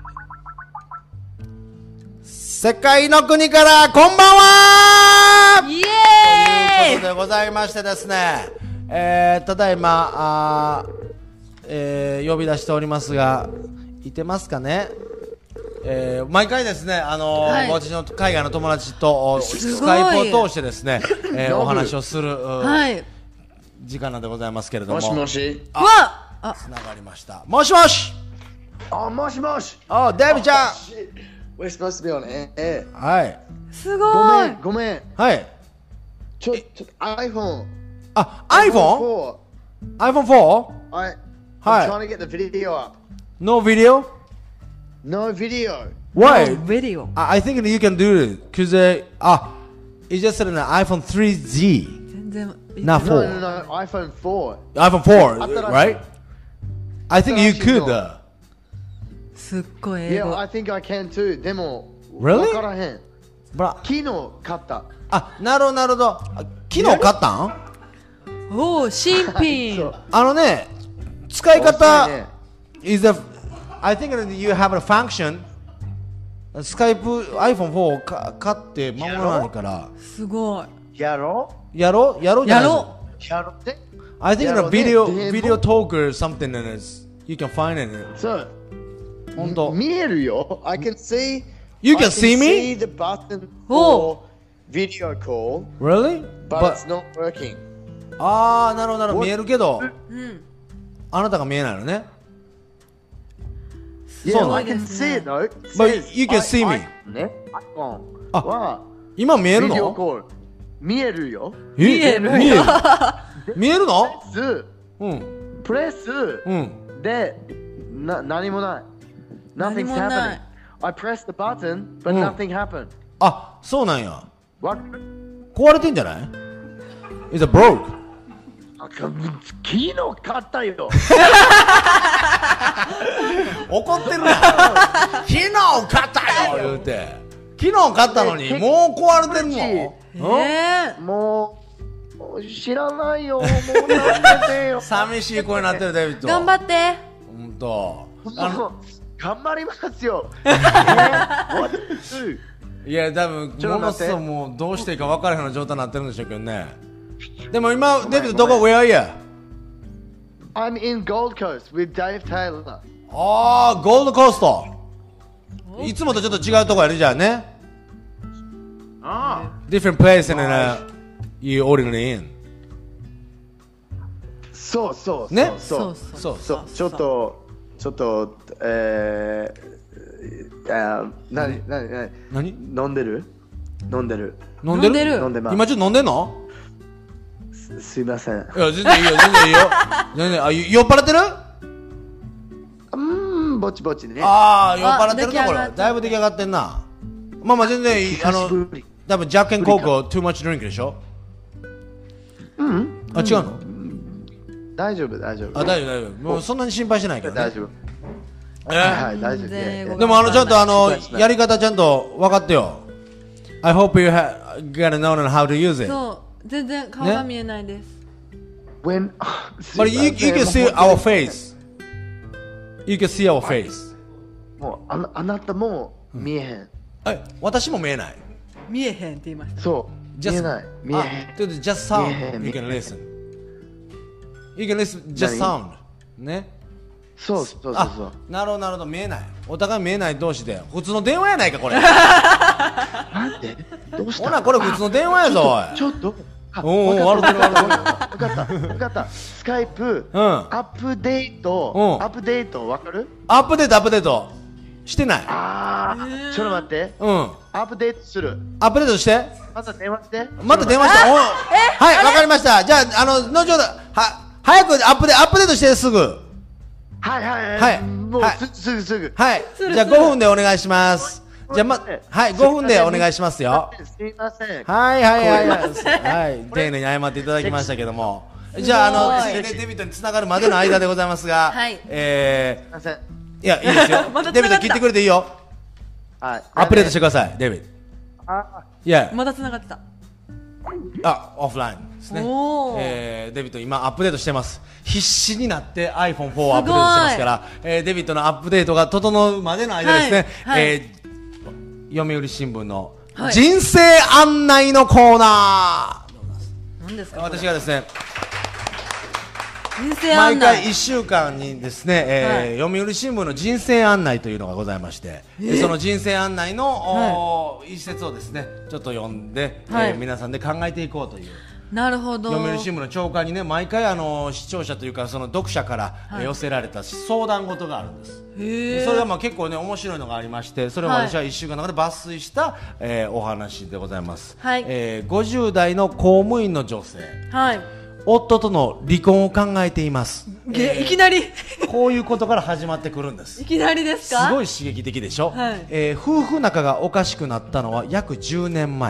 [SPEAKER 1] 世界の国からこんばんは
[SPEAKER 2] イエ
[SPEAKER 1] ーイということでございましてですね、ただいま呼び出しておりますが、いてますかね。毎回ですね私の海外の友達とスカイプを通してですねお話をする時間なんでございますけれども、
[SPEAKER 3] もしもし、
[SPEAKER 1] つながりました。もしもし、
[SPEAKER 3] もしもし、
[SPEAKER 1] デビちゃん。
[SPEAKER 3] We're supposed to be on air.
[SPEAKER 1] はい。
[SPEAKER 2] すごい。
[SPEAKER 3] ごめん。
[SPEAKER 1] はい。
[SPEAKER 3] ちょっと iPhone。
[SPEAKER 1] iPhone？ iPhone 4？
[SPEAKER 3] I'm trying to get the video up.
[SPEAKER 1] No video?
[SPEAKER 3] No video.
[SPEAKER 1] Why?
[SPEAKER 2] No video.
[SPEAKER 1] I think you can do it because It's just an iPhone 3G.
[SPEAKER 2] 全然
[SPEAKER 1] Not 4.
[SPEAKER 3] No, iPhone 4.
[SPEAKER 1] iPhone 4, right? I think you could.
[SPEAKER 2] すっごい英
[SPEAKER 3] Yeah,
[SPEAKER 2] 語
[SPEAKER 3] I think I can too. でも、
[SPEAKER 1] Really?
[SPEAKER 3] わからへん。
[SPEAKER 1] But
[SPEAKER 3] 昨日買った。
[SPEAKER 1] あ、なるほどなるほど。昨日買ったん？
[SPEAKER 2] おお新品
[SPEAKER 3] そう
[SPEAKER 1] あのね、使い方
[SPEAKER 3] 遅いね
[SPEAKER 1] is the I think that you have a function スカイプ iPhone 4を買って間もないから
[SPEAKER 2] すごい
[SPEAKER 3] やろ
[SPEAKER 1] やろうじゃないです
[SPEAKER 2] やろ
[SPEAKER 3] やろって
[SPEAKER 1] I think
[SPEAKER 3] や
[SPEAKER 1] that
[SPEAKER 3] ろうね
[SPEAKER 1] video talk or something in it you can find it
[SPEAKER 3] そう
[SPEAKER 1] 本当
[SPEAKER 3] 見えるよ I can see
[SPEAKER 1] You can
[SPEAKER 3] I
[SPEAKER 1] see me?
[SPEAKER 3] see the button
[SPEAKER 2] お
[SPEAKER 3] for video call
[SPEAKER 1] Really?
[SPEAKER 3] but it's not working
[SPEAKER 1] あーなるほどなるほど見えるけど
[SPEAKER 2] うん
[SPEAKER 1] あなたが見えないのね
[SPEAKER 3] Yeah,
[SPEAKER 1] そうなの
[SPEAKER 3] I can see it though.
[SPEAKER 1] But you can see me.
[SPEAKER 3] ね、iPhone
[SPEAKER 1] あ
[SPEAKER 3] は
[SPEAKER 1] 今見える
[SPEAKER 3] ビデオ
[SPEAKER 1] の
[SPEAKER 3] コール見えるよ。
[SPEAKER 2] 見えるよ
[SPEAKER 1] 見える見えるのうん
[SPEAKER 3] プレス
[SPEAKER 1] うん
[SPEAKER 3] で何もない。
[SPEAKER 2] 何
[SPEAKER 3] Nothing's
[SPEAKER 2] もない
[SPEAKER 3] happening. I pressed the button, but
[SPEAKER 1] うん
[SPEAKER 3] nothing happened.
[SPEAKER 1] あそうなんや
[SPEAKER 3] わ
[SPEAKER 1] 壊れてんじゃない Is it broke?
[SPEAKER 3] 昨日買ったよ。
[SPEAKER 1] 怒ってるな昨日買ったよ言うて昨日買ったのにもう壊れてるの
[SPEAKER 3] もう知らないよ。もうやめてよ。
[SPEAKER 1] 寂しい声になってるデビッド
[SPEAKER 2] 頑張って
[SPEAKER 1] ほんと
[SPEAKER 3] 頑張りますよ。What to do?
[SPEAKER 1] いや多分ものすごくもうどうしていいか分からへんような状態になってるんでしょうけどねでも今デビッドどこ Where are you?
[SPEAKER 3] I'm in Gold Coast with Dave Taylor.
[SPEAKER 1] ああゴールドコーストいつもとちょっと違うとこやるじゃんねDifferent place in you ordinary in
[SPEAKER 3] そうそう
[SPEAKER 1] ね
[SPEAKER 3] そう
[SPEAKER 2] そう
[SPEAKER 1] そう
[SPEAKER 3] ちょっと何飲んでる
[SPEAKER 1] 飲んでる
[SPEAKER 3] 飲んでます
[SPEAKER 1] 今ちょっと飲んでんの
[SPEAKER 3] すいません
[SPEAKER 1] いや全然いいよ全然いいよ全然酔っ払ってる
[SPEAKER 3] ぼちぼちね
[SPEAKER 1] ああ酔っ払ってる
[SPEAKER 2] 出来上がって
[SPEAKER 1] ところだいぶ出来上がってんなまあまあ全然いい
[SPEAKER 3] 久しぶり
[SPEAKER 1] 多分ジャック&コークを too much drink でしょあ違うの
[SPEAKER 3] 大丈夫大丈夫
[SPEAKER 1] あ大丈夫大丈夫もうそんなに心配してないけどね
[SPEAKER 3] 大丈夫はい大丈夫ね
[SPEAKER 1] でもちゃんとやり方ちゃんと分かってよ I hope you gotta know how to use it
[SPEAKER 2] そう全然顔が見えないです
[SPEAKER 3] When
[SPEAKER 1] But you can see our face You can see our face
[SPEAKER 3] もうあなたも見えへん
[SPEAKER 1] 私も見えない
[SPEAKER 2] 見えへんって言いました
[SPEAKER 3] そう見えない見えへん
[SPEAKER 1] ということで just sound you can listen You can listen just sound ね
[SPEAKER 3] そう
[SPEAKER 1] なるほどなるほど見えないお互い見えない同士で普通の電話やないかこれ
[SPEAKER 3] なんでどうした
[SPEAKER 1] ほなこれ普通の電話やぞおい
[SPEAKER 3] ちょっと
[SPEAKER 1] おお笑ってる笑ってる
[SPEAKER 3] 分かったスカイプ
[SPEAKER 1] うん
[SPEAKER 3] アップデートアップデート分かる
[SPEAKER 1] アップデートしてない
[SPEAKER 3] ちょっと待って
[SPEAKER 1] うん
[SPEAKER 3] アップデートする
[SPEAKER 1] アップデートして
[SPEAKER 3] また電話して
[SPEAKER 1] また電話してはいわかりましたじゃあ後ほど早くアップデートしてすぐ
[SPEAKER 3] はいもうすぐ
[SPEAKER 1] はいじゃあ5分でお願いしますじゃあはい5分でお願いしますよ
[SPEAKER 3] すいません
[SPEAKER 1] はい丁寧に謝っていただきましたけどもじゃあデビットにつながるまでの間でございますが
[SPEAKER 2] はい
[SPEAKER 3] すいません
[SPEAKER 1] いやいいですよデビット切ってくれていいよ
[SPEAKER 3] はい
[SPEAKER 1] アップデートしてくださいデビットいや
[SPEAKER 2] まだ繋がってた
[SPEAKER 1] オフラインですね
[SPEAKER 2] お
[SPEAKER 1] デビット今アップデートしてます必死になって iPhone4 をアップデートしてますからデビットのアップデートが整うまでの間ですね読売新聞の人生案内のコーナー
[SPEAKER 2] 何ですか
[SPEAKER 1] 私がですね
[SPEAKER 2] 人生案内
[SPEAKER 1] 毎回1週間にですね読売新聞の人生案内というのがございましてその人生案内の一節をですねちょっと読んで皆さんで考えていこうという
[SPEAKER 2] なるほど
[SPEAKER 1] 読売新聞の朝刊にね毎回視聴者というかその読者から寄せられた相談事があるんですそれが結構ね面白いのがありましてそれを私は1週間の中で抜粋したお話でございます50代の公務員の女性夫との離婚を考えています
[SPEAKER 2] いきなり
[SPEAKER 1] こういうことから始まってくるんです
[SPEAKER 2] いきなりですか
[SPEAKER 1] すごい刺激的でしょ夫婦仲がおかしくなったのは約10年前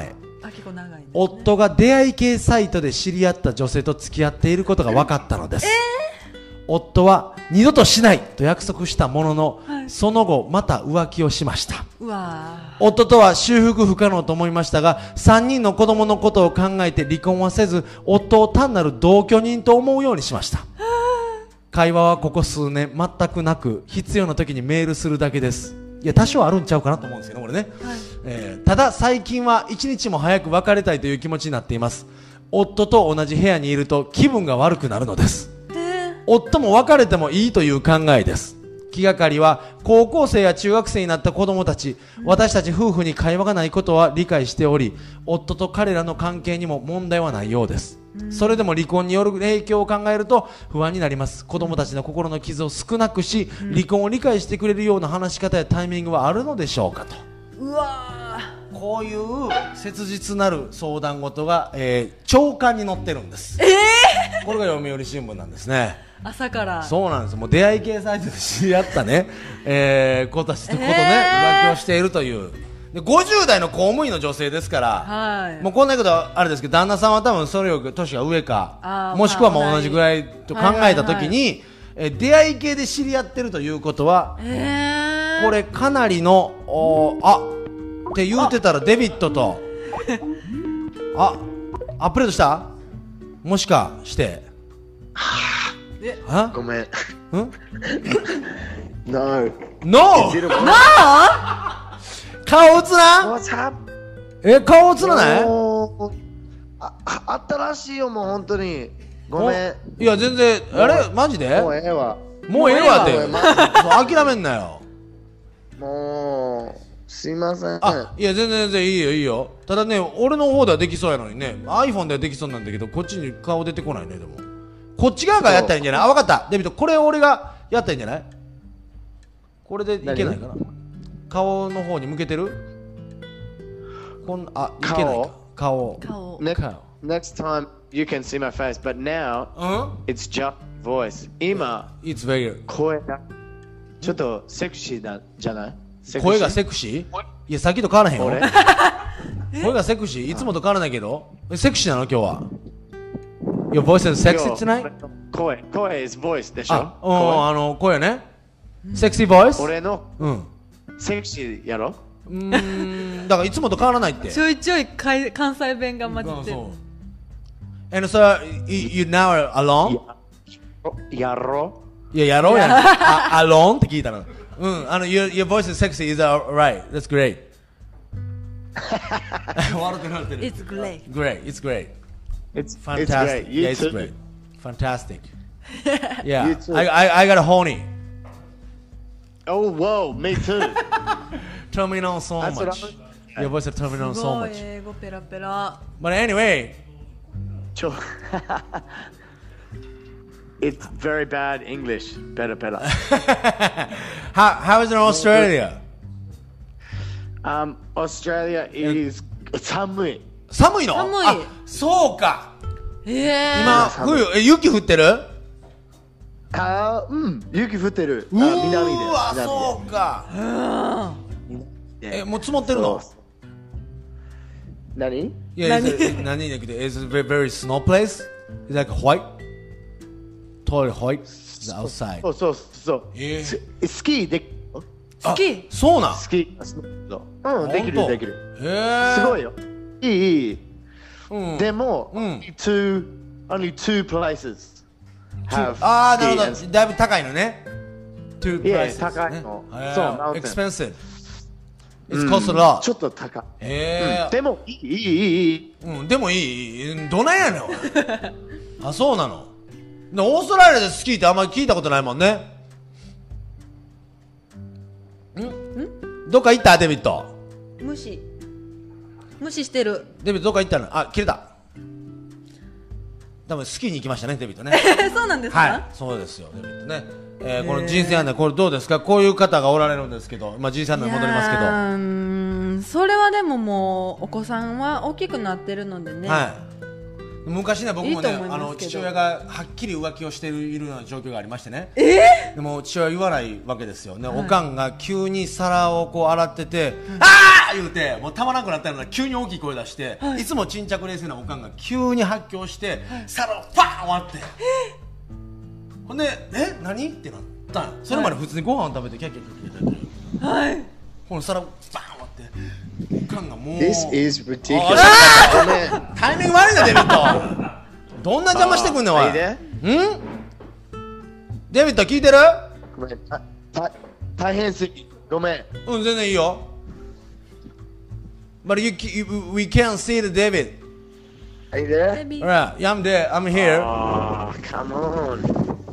[SPEAKER 2] 結構長いんですね。
[SPEAKER 1] 夫が出会い系サイトで知り合った女性と付き合っていることが分かったのです。夫は二度としないと約束したものの、その後また浮気をしました。
[SPEAKER 2] うわ
[SPEAKER 1] 夫とは修復不可能と思いましたが、3人の子供のことを考えて離婚はせず、夫を単なる同居人と思うようにしました。会話はここ数年全くなく、必要な時にメールするだけです。いや多少あるんちゃうかなと思うんですけど、これね、ただ最近は一日も早く別れたいという気持ちになっています。夫と同じ部屋にいると気分が悪くなるのです。夫も別れてもいいという考えです。気がかりは高校生や中学生になった子供たち、私たち夫婦に会話がないことは理解しており、夫と彼らの関係にも問題はないようです。それでも離婚による影響を考えると不安になります。子供たちの心の傷を少なくし、離婚を理解してくれるような話し方やタイミングはあるのでしょうかと。
[SPEAKER 2] うわ
[SPEAKER 1] こういう切実なる相談事が、朝刊に載ってるんです。これが読売新聞なんですね。
[SPEAKER 2] 朝から
[SPEAKER 1] そうなんです。もう出会い系サイトで知り合ったね、子たちとね、浮気をしているというで、50代の公務員の女性ですから、もうこんなことはあれですけど、旦那さんは多分それより年が上か、もしくはもう同じぐらいと考えたときに、出会い系で知り合ってるということは、これかなりのって言うてたらデビットとアップデートしたもしかして
[SPEAKER 3] ごめん。
[SPEAKER 1] No.
[SPEAKER 3] No!
[SPEAKER 1] 顔映らん
[SPEAKER 3] What's up?
[SPEAKER 1] 顔映らない
[SPEAKER 3] 新しいよ、もう本当に。ごめん。
[SPEAKER 1] いや、全然、あれマジで
[SPEAKER 3] もうええわ。
[SPEAKER 1] もうええわって。諦めんなよ。
[SPEAKER 3] もう、すいません。
[SPEAKER 1] いや、全然いいよ、いいよ。ただね、俺の方ではできそうやのにね、iPhone ではできそうなんだけど、こっちに顔出てこないね、でも。こっち側がやったらいいんじゃない？わかった。デビット、これ俺がやったらいいんじゃない？これでいけないかな。顔の方に向けてる？いけないか。顔。
[SPEAKER 3] Next time you can see my face, but now it's just voice. 今、
[SPEAKER 1] It's very
[SPEAKER 3] 声がちょっとセクシーだじゃない？
[SPEAKER 1] 声がセクシー？いや、さっきと変わらへんよ。声がセクシー？いつもと変わらないけど。セクシーなの今日は。Your voice is sexy tonight?
[SPEAKER 3] 声 is voice でしょ？
[SPEAKER 1] 声ね。Sexy voice?
[SPEAKER 3] 俺のセクシーやろ？
[SPEAKER 1] だからいつもと変わらないって。
[SPEAKER 2] ちょいちょい関西弁が混じってる。
[SPEAKER 1] And so you now are alone?
[SPEAKER 3] やろ？
[SPEAKER 1] いや、やろうやん。alone って聞いたの。Your voice is sexy. Is that right? That's great. 悪くなってる。
[SPEAKER 2] It's great.
[SPEAKER 1] Great. It's great.
[SPEAKER 3] It's
[SPEAKER 1] fantastic.
[SPEAKER 3] Great.
[SPEAKER 1] Yeah, it's great. Fantastic. Yeah, I got a honey.
[SPEAKER 3] Oh, whoa, me too.
[SPEAKER 1] Turn me on so much. Your voice is turning me on so much.
[SPEAKER 2] 英語ペラペラ。
[SPEAKER 1] But anyway,
[SPEAKER 3] it's very bad English. Better.
[SPEAKER 1] How is it in Australia?
[SPEAKER 3] Australia is 寒い。
[SPEAKER 1] 寒いの？
[SPEAKER 2] 寒い。
[SPEAKER 1] そうか。
[SPEAKER 2] 今
[SPEAKER 1] 冬、雪降ってる？
[SPEAKER 3] 雪降ってる。
[SPEAKER 1] 南で。そうか。もう積もってるの？
[SPEAKER 3] 何？
[SPEAKER 1] いや、何じゃなくて、is it very snow place? Is like white? Totally white? Outside.
[SPEAKER 3] そう。スキーで
[SPEAKER 2] スキー？
[SPEAKER 1] そうなん？
[SPEAKER 3] スキー。できる。すごいよ。いい。でも、only two places have
[SPEAKER 1] なるほど。だいぶ高いのね。two places。
[SPEAKER 3] 高いの。
[SPEAKER 1] そう、expensive。It's cost a lot。
[SPEAKER 3] ちょっと高い。でもいい。
[SPEAKER 1] でもいい。どないやねん。そうなの。オーストラリアでスキーってあんまり聞いたことないもんね。どっか行ったデビット？
[SPEAKER 2] 無視してる。
[SPEAKER 1] デビットどっか行ったの？切れた。多分スキーに行きましたね、デビットね。
[SPEAKER 2] そうなんですか？
[SPEAKER 1] はい、そうですよ、デビットね。この人生案内、これどうですか？こういう方がおられるんですけど、人生案内に戻りますけど。
[SPEAKER 2] それはでももうお子さんは大きくなってるのでね。
[SPEAKER 1] 昔ね僕もね父親がはっきり浮気をしているような状況がありましてね、でも父親は言わないわけですよね、おかんが急に皿をこう洗ってて、あー言うてもうたまらなくなったような急に大きい声出して、いつも沈着冷静なおかんが急に発狂して皿をパーン割って、ほんで何ってなったん。それまで普通にご飯を食べてキャッキャッキャッキャッキャッ、はい、この皿をバーン割っておかんがもう
[SPEAKER 3] This is ridiculous
[SPEAKER 1] タイミング悪いなデビッドどんな邪魔してくんねんおい。んデビッド聞いてる？
[SPEAKER 3] ごめん大変すぎごめん。
[SPEAKER 1] 全然いいよ。 But we can't see the David.
[SPEAKER 3] Are you there?
[SPEAKER 1] Alright, yeah, I'm there. I'm here.
[SPEAKER 3] Oh, come on.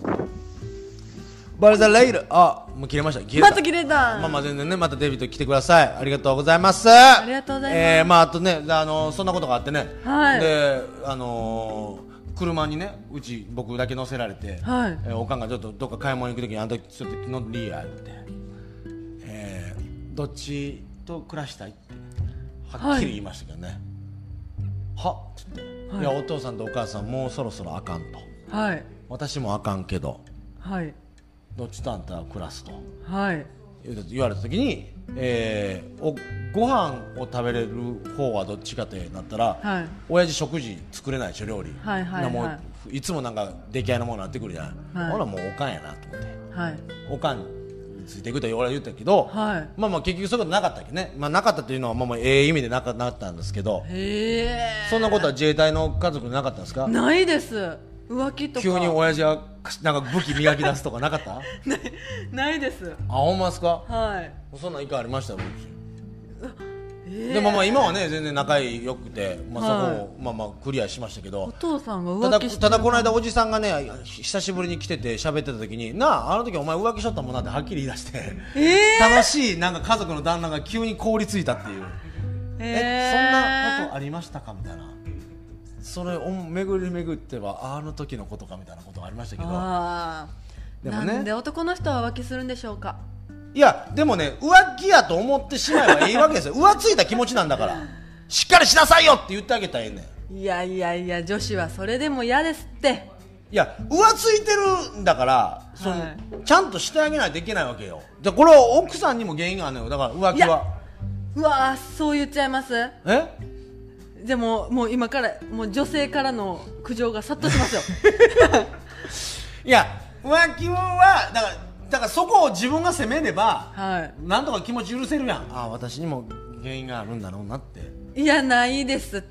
[SPEAKER 1] But the later. もう切れました。
[SPEAKER 2] また切れた。
[SPEAKER 1] まあ全然ね、またデビッド来てください。ありがとうございます。
[SPEAKER 2] ありがとうございます。
[SPEAKER 1] あとね、そんなことがあってね。
[SPEAKER 2] はい。
[SPEAKER 1] で、車にね、僕だけ乗せられて、はい。おかんがちょっとどっか買い物に行くときに、あんたちょっと乗っていいや言って、どっちと暮らしたいってはっきり言いましたけどね。はっつって、いやお父さんとお母さんもうそろそろあかんと。はい。私もあかんけど。はい。どっちとあんたは暮らすと、はい、言われた時に、ご飯を食べれる方はどっちかってなったら、はい、親父食事作れないでしょ料理、はいはいはい、もういつもなんか出来合いのものになってくるじゃない、はい、ほらもうおかんやなと思って、はい、おかんについていくと俺は言ったけど、はい、まあ結局そういうことなかったっけね、まあ、なかったというのはまあ意味でなったんですけど、そんなことは自衛隊の家族になかったんですか？
[SPEAKER 2] ないです。浮気とか
[SPEAKER 1] 急に親父がなんか武器磨き出すとかなかった
[SPEAKER 2] ないです。
[SPEAKER 1] ほんまですか？はい。そんなん一回ありましたよ、でもまあ今はね全然仲良くて、まあ、そこをまあクリアしましたけど、
[SPEAKER 2] お父さんが浮気して
[SPEAKER 1] ただこの間おじさんがね久しぶりに来てて喋ってた時にあの時お前浮気しとったもんなってはっきり言い出して、楽しいなんか家族の旦那が急に凍りついたっていう、そんなことありましたかみたいな、それを巡り巡ってはあの時のことかみたいなことがありましたけど、
[SPEAKER 2] でもね、なんで男の人は浮気するんでしょうか。
[SPEAKER 1] いやでもね浮気やと思ってしまえばいいわけですよ浮ついた気持ちなんだからしっかりしなさいよって言ってあげたらええね
[SPEAKER 2] ん。いやいやいや女子はそれでも嫌ですって。
[SPEAKER 1] いや浮ついてるんだから、はい、ちゃんとしてあげないといけないわけよ。じゃこれは奥さんにも原因があるのよ。だから浮気は
[SPEAKER 2] うわそう言っちゃいます。でももう今からもう女性からの苦情が殺到しますよ
[SPEAKER 1] いや浮気はだからそこを自分が責めれば、はい、なんとか気持ち許せるやん。私にも原因があるんだろうなって。
[SPEAKER 2] いやないですって。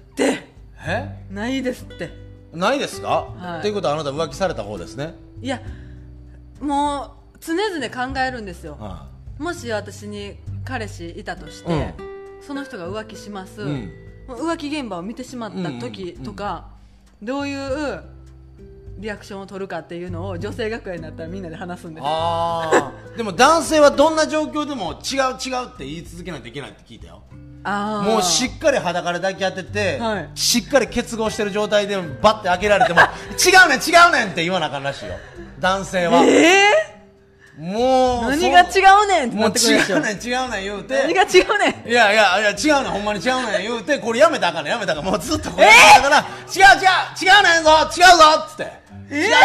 [SPEAKER 2] ないですって。
[SPEAKER 1] ないですか？はい、ということはあなた浮気された方ですね。
[SPEAKER 2] いやもう常々考えるんですよ、もし私に彼氏いたとして、その人が浮気します、浮気現場を見てしまった時とか、どういうリアクションを取るかっていうのを女性学園になったらみんなで話すんです。
[SPEAKER 1] でも男性はどんな状況でも違う違うって言い続けないといけないって聞いたよ。もうしっかり裸で抱き合ってて、はい、しっかり結合してる状態でバッて開けられても違うねん違うねんって言わなあかんらしいよ男性は。もう
[SPEAKER 2] 何が違うねんってなってくるでしょ。
[SPEAKER 1] もう違うねん違うねん言うて、
[SPEAKER 2] 何が違うねん、
[SPEAKER 1] いや違うねんほんまに違うねん言うて、これやめたらあかんねん、やめたらもうずっとこれやってたから、違うねんぞ違うぞっつって、違う違う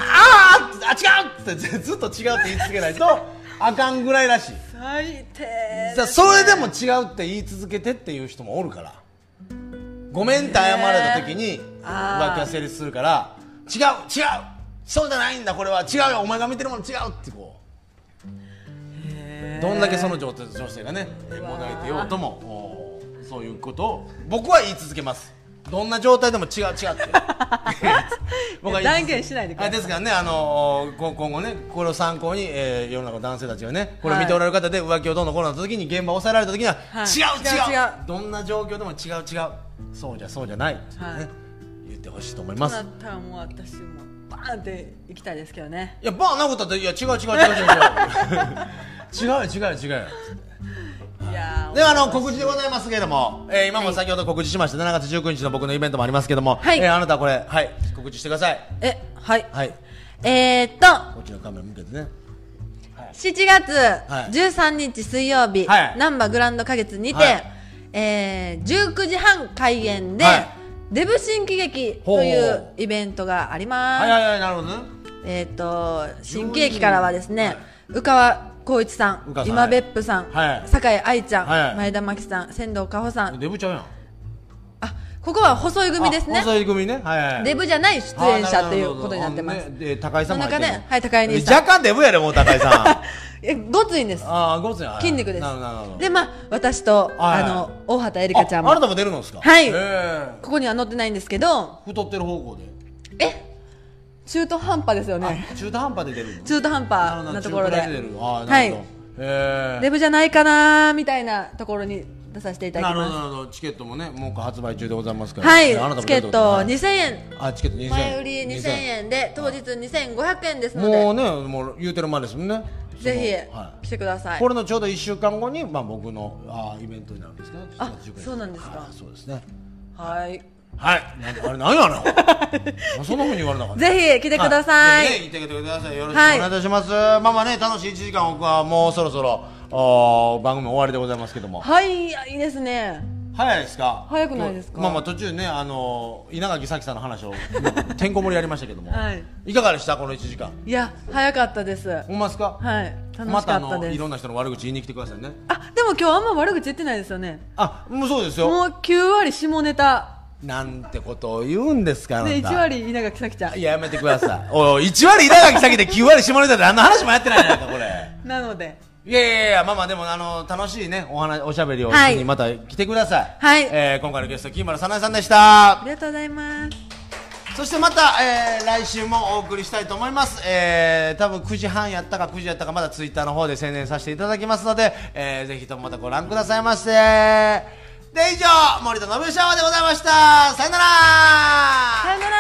[SPEAKER 1] ってずっと違うって言い続けないとあかんぐらいらしい。
[SPEAKER 2] 最低、
[SPEAKER 1] じゃそれでも違うって言い続けてっていう人もおるから、ごめんって謝られた時に浮気は成立するから、違うそうじゃないんだこれは違うよお前が見てるもの違うってこう、どんだけその女性がねもがいてようともそういうことを僕は言い続けます。どんな状態でも違うって
[SPEAKER 2] 僕は断言しないでください。
[SPEAKER 1] ですからね、今後ねこれを参考に、世の中の男性たちがねこれを見ておられる方で浮気をどんどんこうなった時に現場を抑えられた時には、違うどんな状況でも違うそうじゃない、言ってほしいと思います。
[SPEAKER 2] そうなったらもう私もバーンって行きたいですけどね。
[SPEAKER 1] いやバーンなことだっていや違うで告知でございますけれども、今も先ほど告知しました7月19日の僕のイベントもありますけども、あなたはこれ告知してください。
[SPEAKER 2] はい、
[SPEAKER 1] こっちのカメラ向けてね、
[SPEAKER 2] 7月13日水曜日、なんばグランド花月にて、19時半開演で、 デブ新喜劇というイベントがあります。
[SPEAKER 1] はいはいはい、なるほど
[SPEAKER 2] ね。新喜劇からはですね、宇川光一さん、今別府さん、酒井愛ちゃん、前田真希さん、仙道果歩さん。
[SPEAKER 1] デブちゃんやん。
[SPEAKER 2] あ、ここは細い組ですね。
[SPEAKER 1] 細い組ね。
[SPEAKER 2] デブじゃない出演者ということになってます。
[SPEAKER 1] で、高井さんも入ってる。
[SPEAKER 2] はい、高井兄さん。
[SPEAKER 1] 若干デブやで、もう高井さ
[SPEAKER 2] ん。ごついんです。
[SPEAKER 1] ごつい。
[SPEAKER 2] 筋肉です。で、まあ、私と、大畑エリカちゃんも。
[SPEAKER 1] あなたも出るのですか？
[SPEAKER 2] はい。ここには載ってないんですけど。
[SPEAKER 1] 太ってる方向で。
[SPEAKER 2] 中途半端ですよね。
[SPEAKER 1] 中途半端で出るの？
[SPEAKER 2] 中途半端なところで。
[SPEAKER 1] はい。
[SPEAKER 2] デブじゃないかなみたいなところに出させていただきます。
[SPEAKER 1] なるほど。チケットもね、もう発売中でございますから。
[SPEAKER 2] はい。チケット2000円。
[SPEAKER 1] チケット2000円。
[SPEAKER 2] 前売り2000円で、当日2500円ですので。
[SPEAKER 1] もうね、もう言うてる前ですもんね。
[SPEAKER 2] ぜひ来てください。
[SPEAKER 1] これのちょうど1週間後に、まあ僕のイベントになるんですけど。
[SPEAKER 2] あ、そうなんですか。
[SPEAKER 1] そうですね。
[SPEAKER 2] はい。
[SPEAKER 1] はい。あれ何やな。そんな風に言われなかった。
[SPEAKER 2] ぜひ来てください。
[SPEAKER 1] ぜひ来てください。よろしくお願いいたします。まあまあね、楽しい1時間僕はもうそろそろ番組終わりでございますけども。
[SPEAKER 2] はい、いいですね。
[SPEAKER 1] 早いですか？
[SPEAKER 2] 早くないですか？
[SPEAKER 1] まあまあ途中ね、稲垣咲さんの話をてんこ盛りやりましたけども、いかがでしたこの1時間？
[SPEAKER 2] いや、早かったです。
[SPEAKER 1] ほんまですか？
[SPEAKER 2] はい、楽しかったです。
[SPEAKER 1] いろんな人の悪口言いに来てくださいね。
[SPEAKER 2] でも今日あんま悪口言ってないですよね。
[SPEAKER 1] もうそうですよ。
[SPEAKER 2] もう9割下ネタ。
[SPEAKER 1] なんてことを言うんですか？
[SPEAKER 2] で、1割稲垣咲ちゃん。
[SPEAKER 1] やめてください。おい、1割稲垣咲で9割下ネタであんな話もやってないじゃないかこれ。
[SPEAKER 2] なので。
[SPEAKER 1] いや、まあまあでも楽しいねおしゃべりをしにまた来てください。
[SPEAKER 2] はい。
[SPEAKER 1] 今回のゲスト金丸早苗さんでした。
[SPEAKER 2] ありがとうございます。
[SPEAKER 1] そしてまた、来週もお送りしたいと思います。多分9時半やったか9時やったかまだツイッターの方で宣伝させていただきますので、ぜひともまたご覧くださいませ。で、以上森田信義シャワーでございました。さよなら。
[SPEAKER 2] さよなら。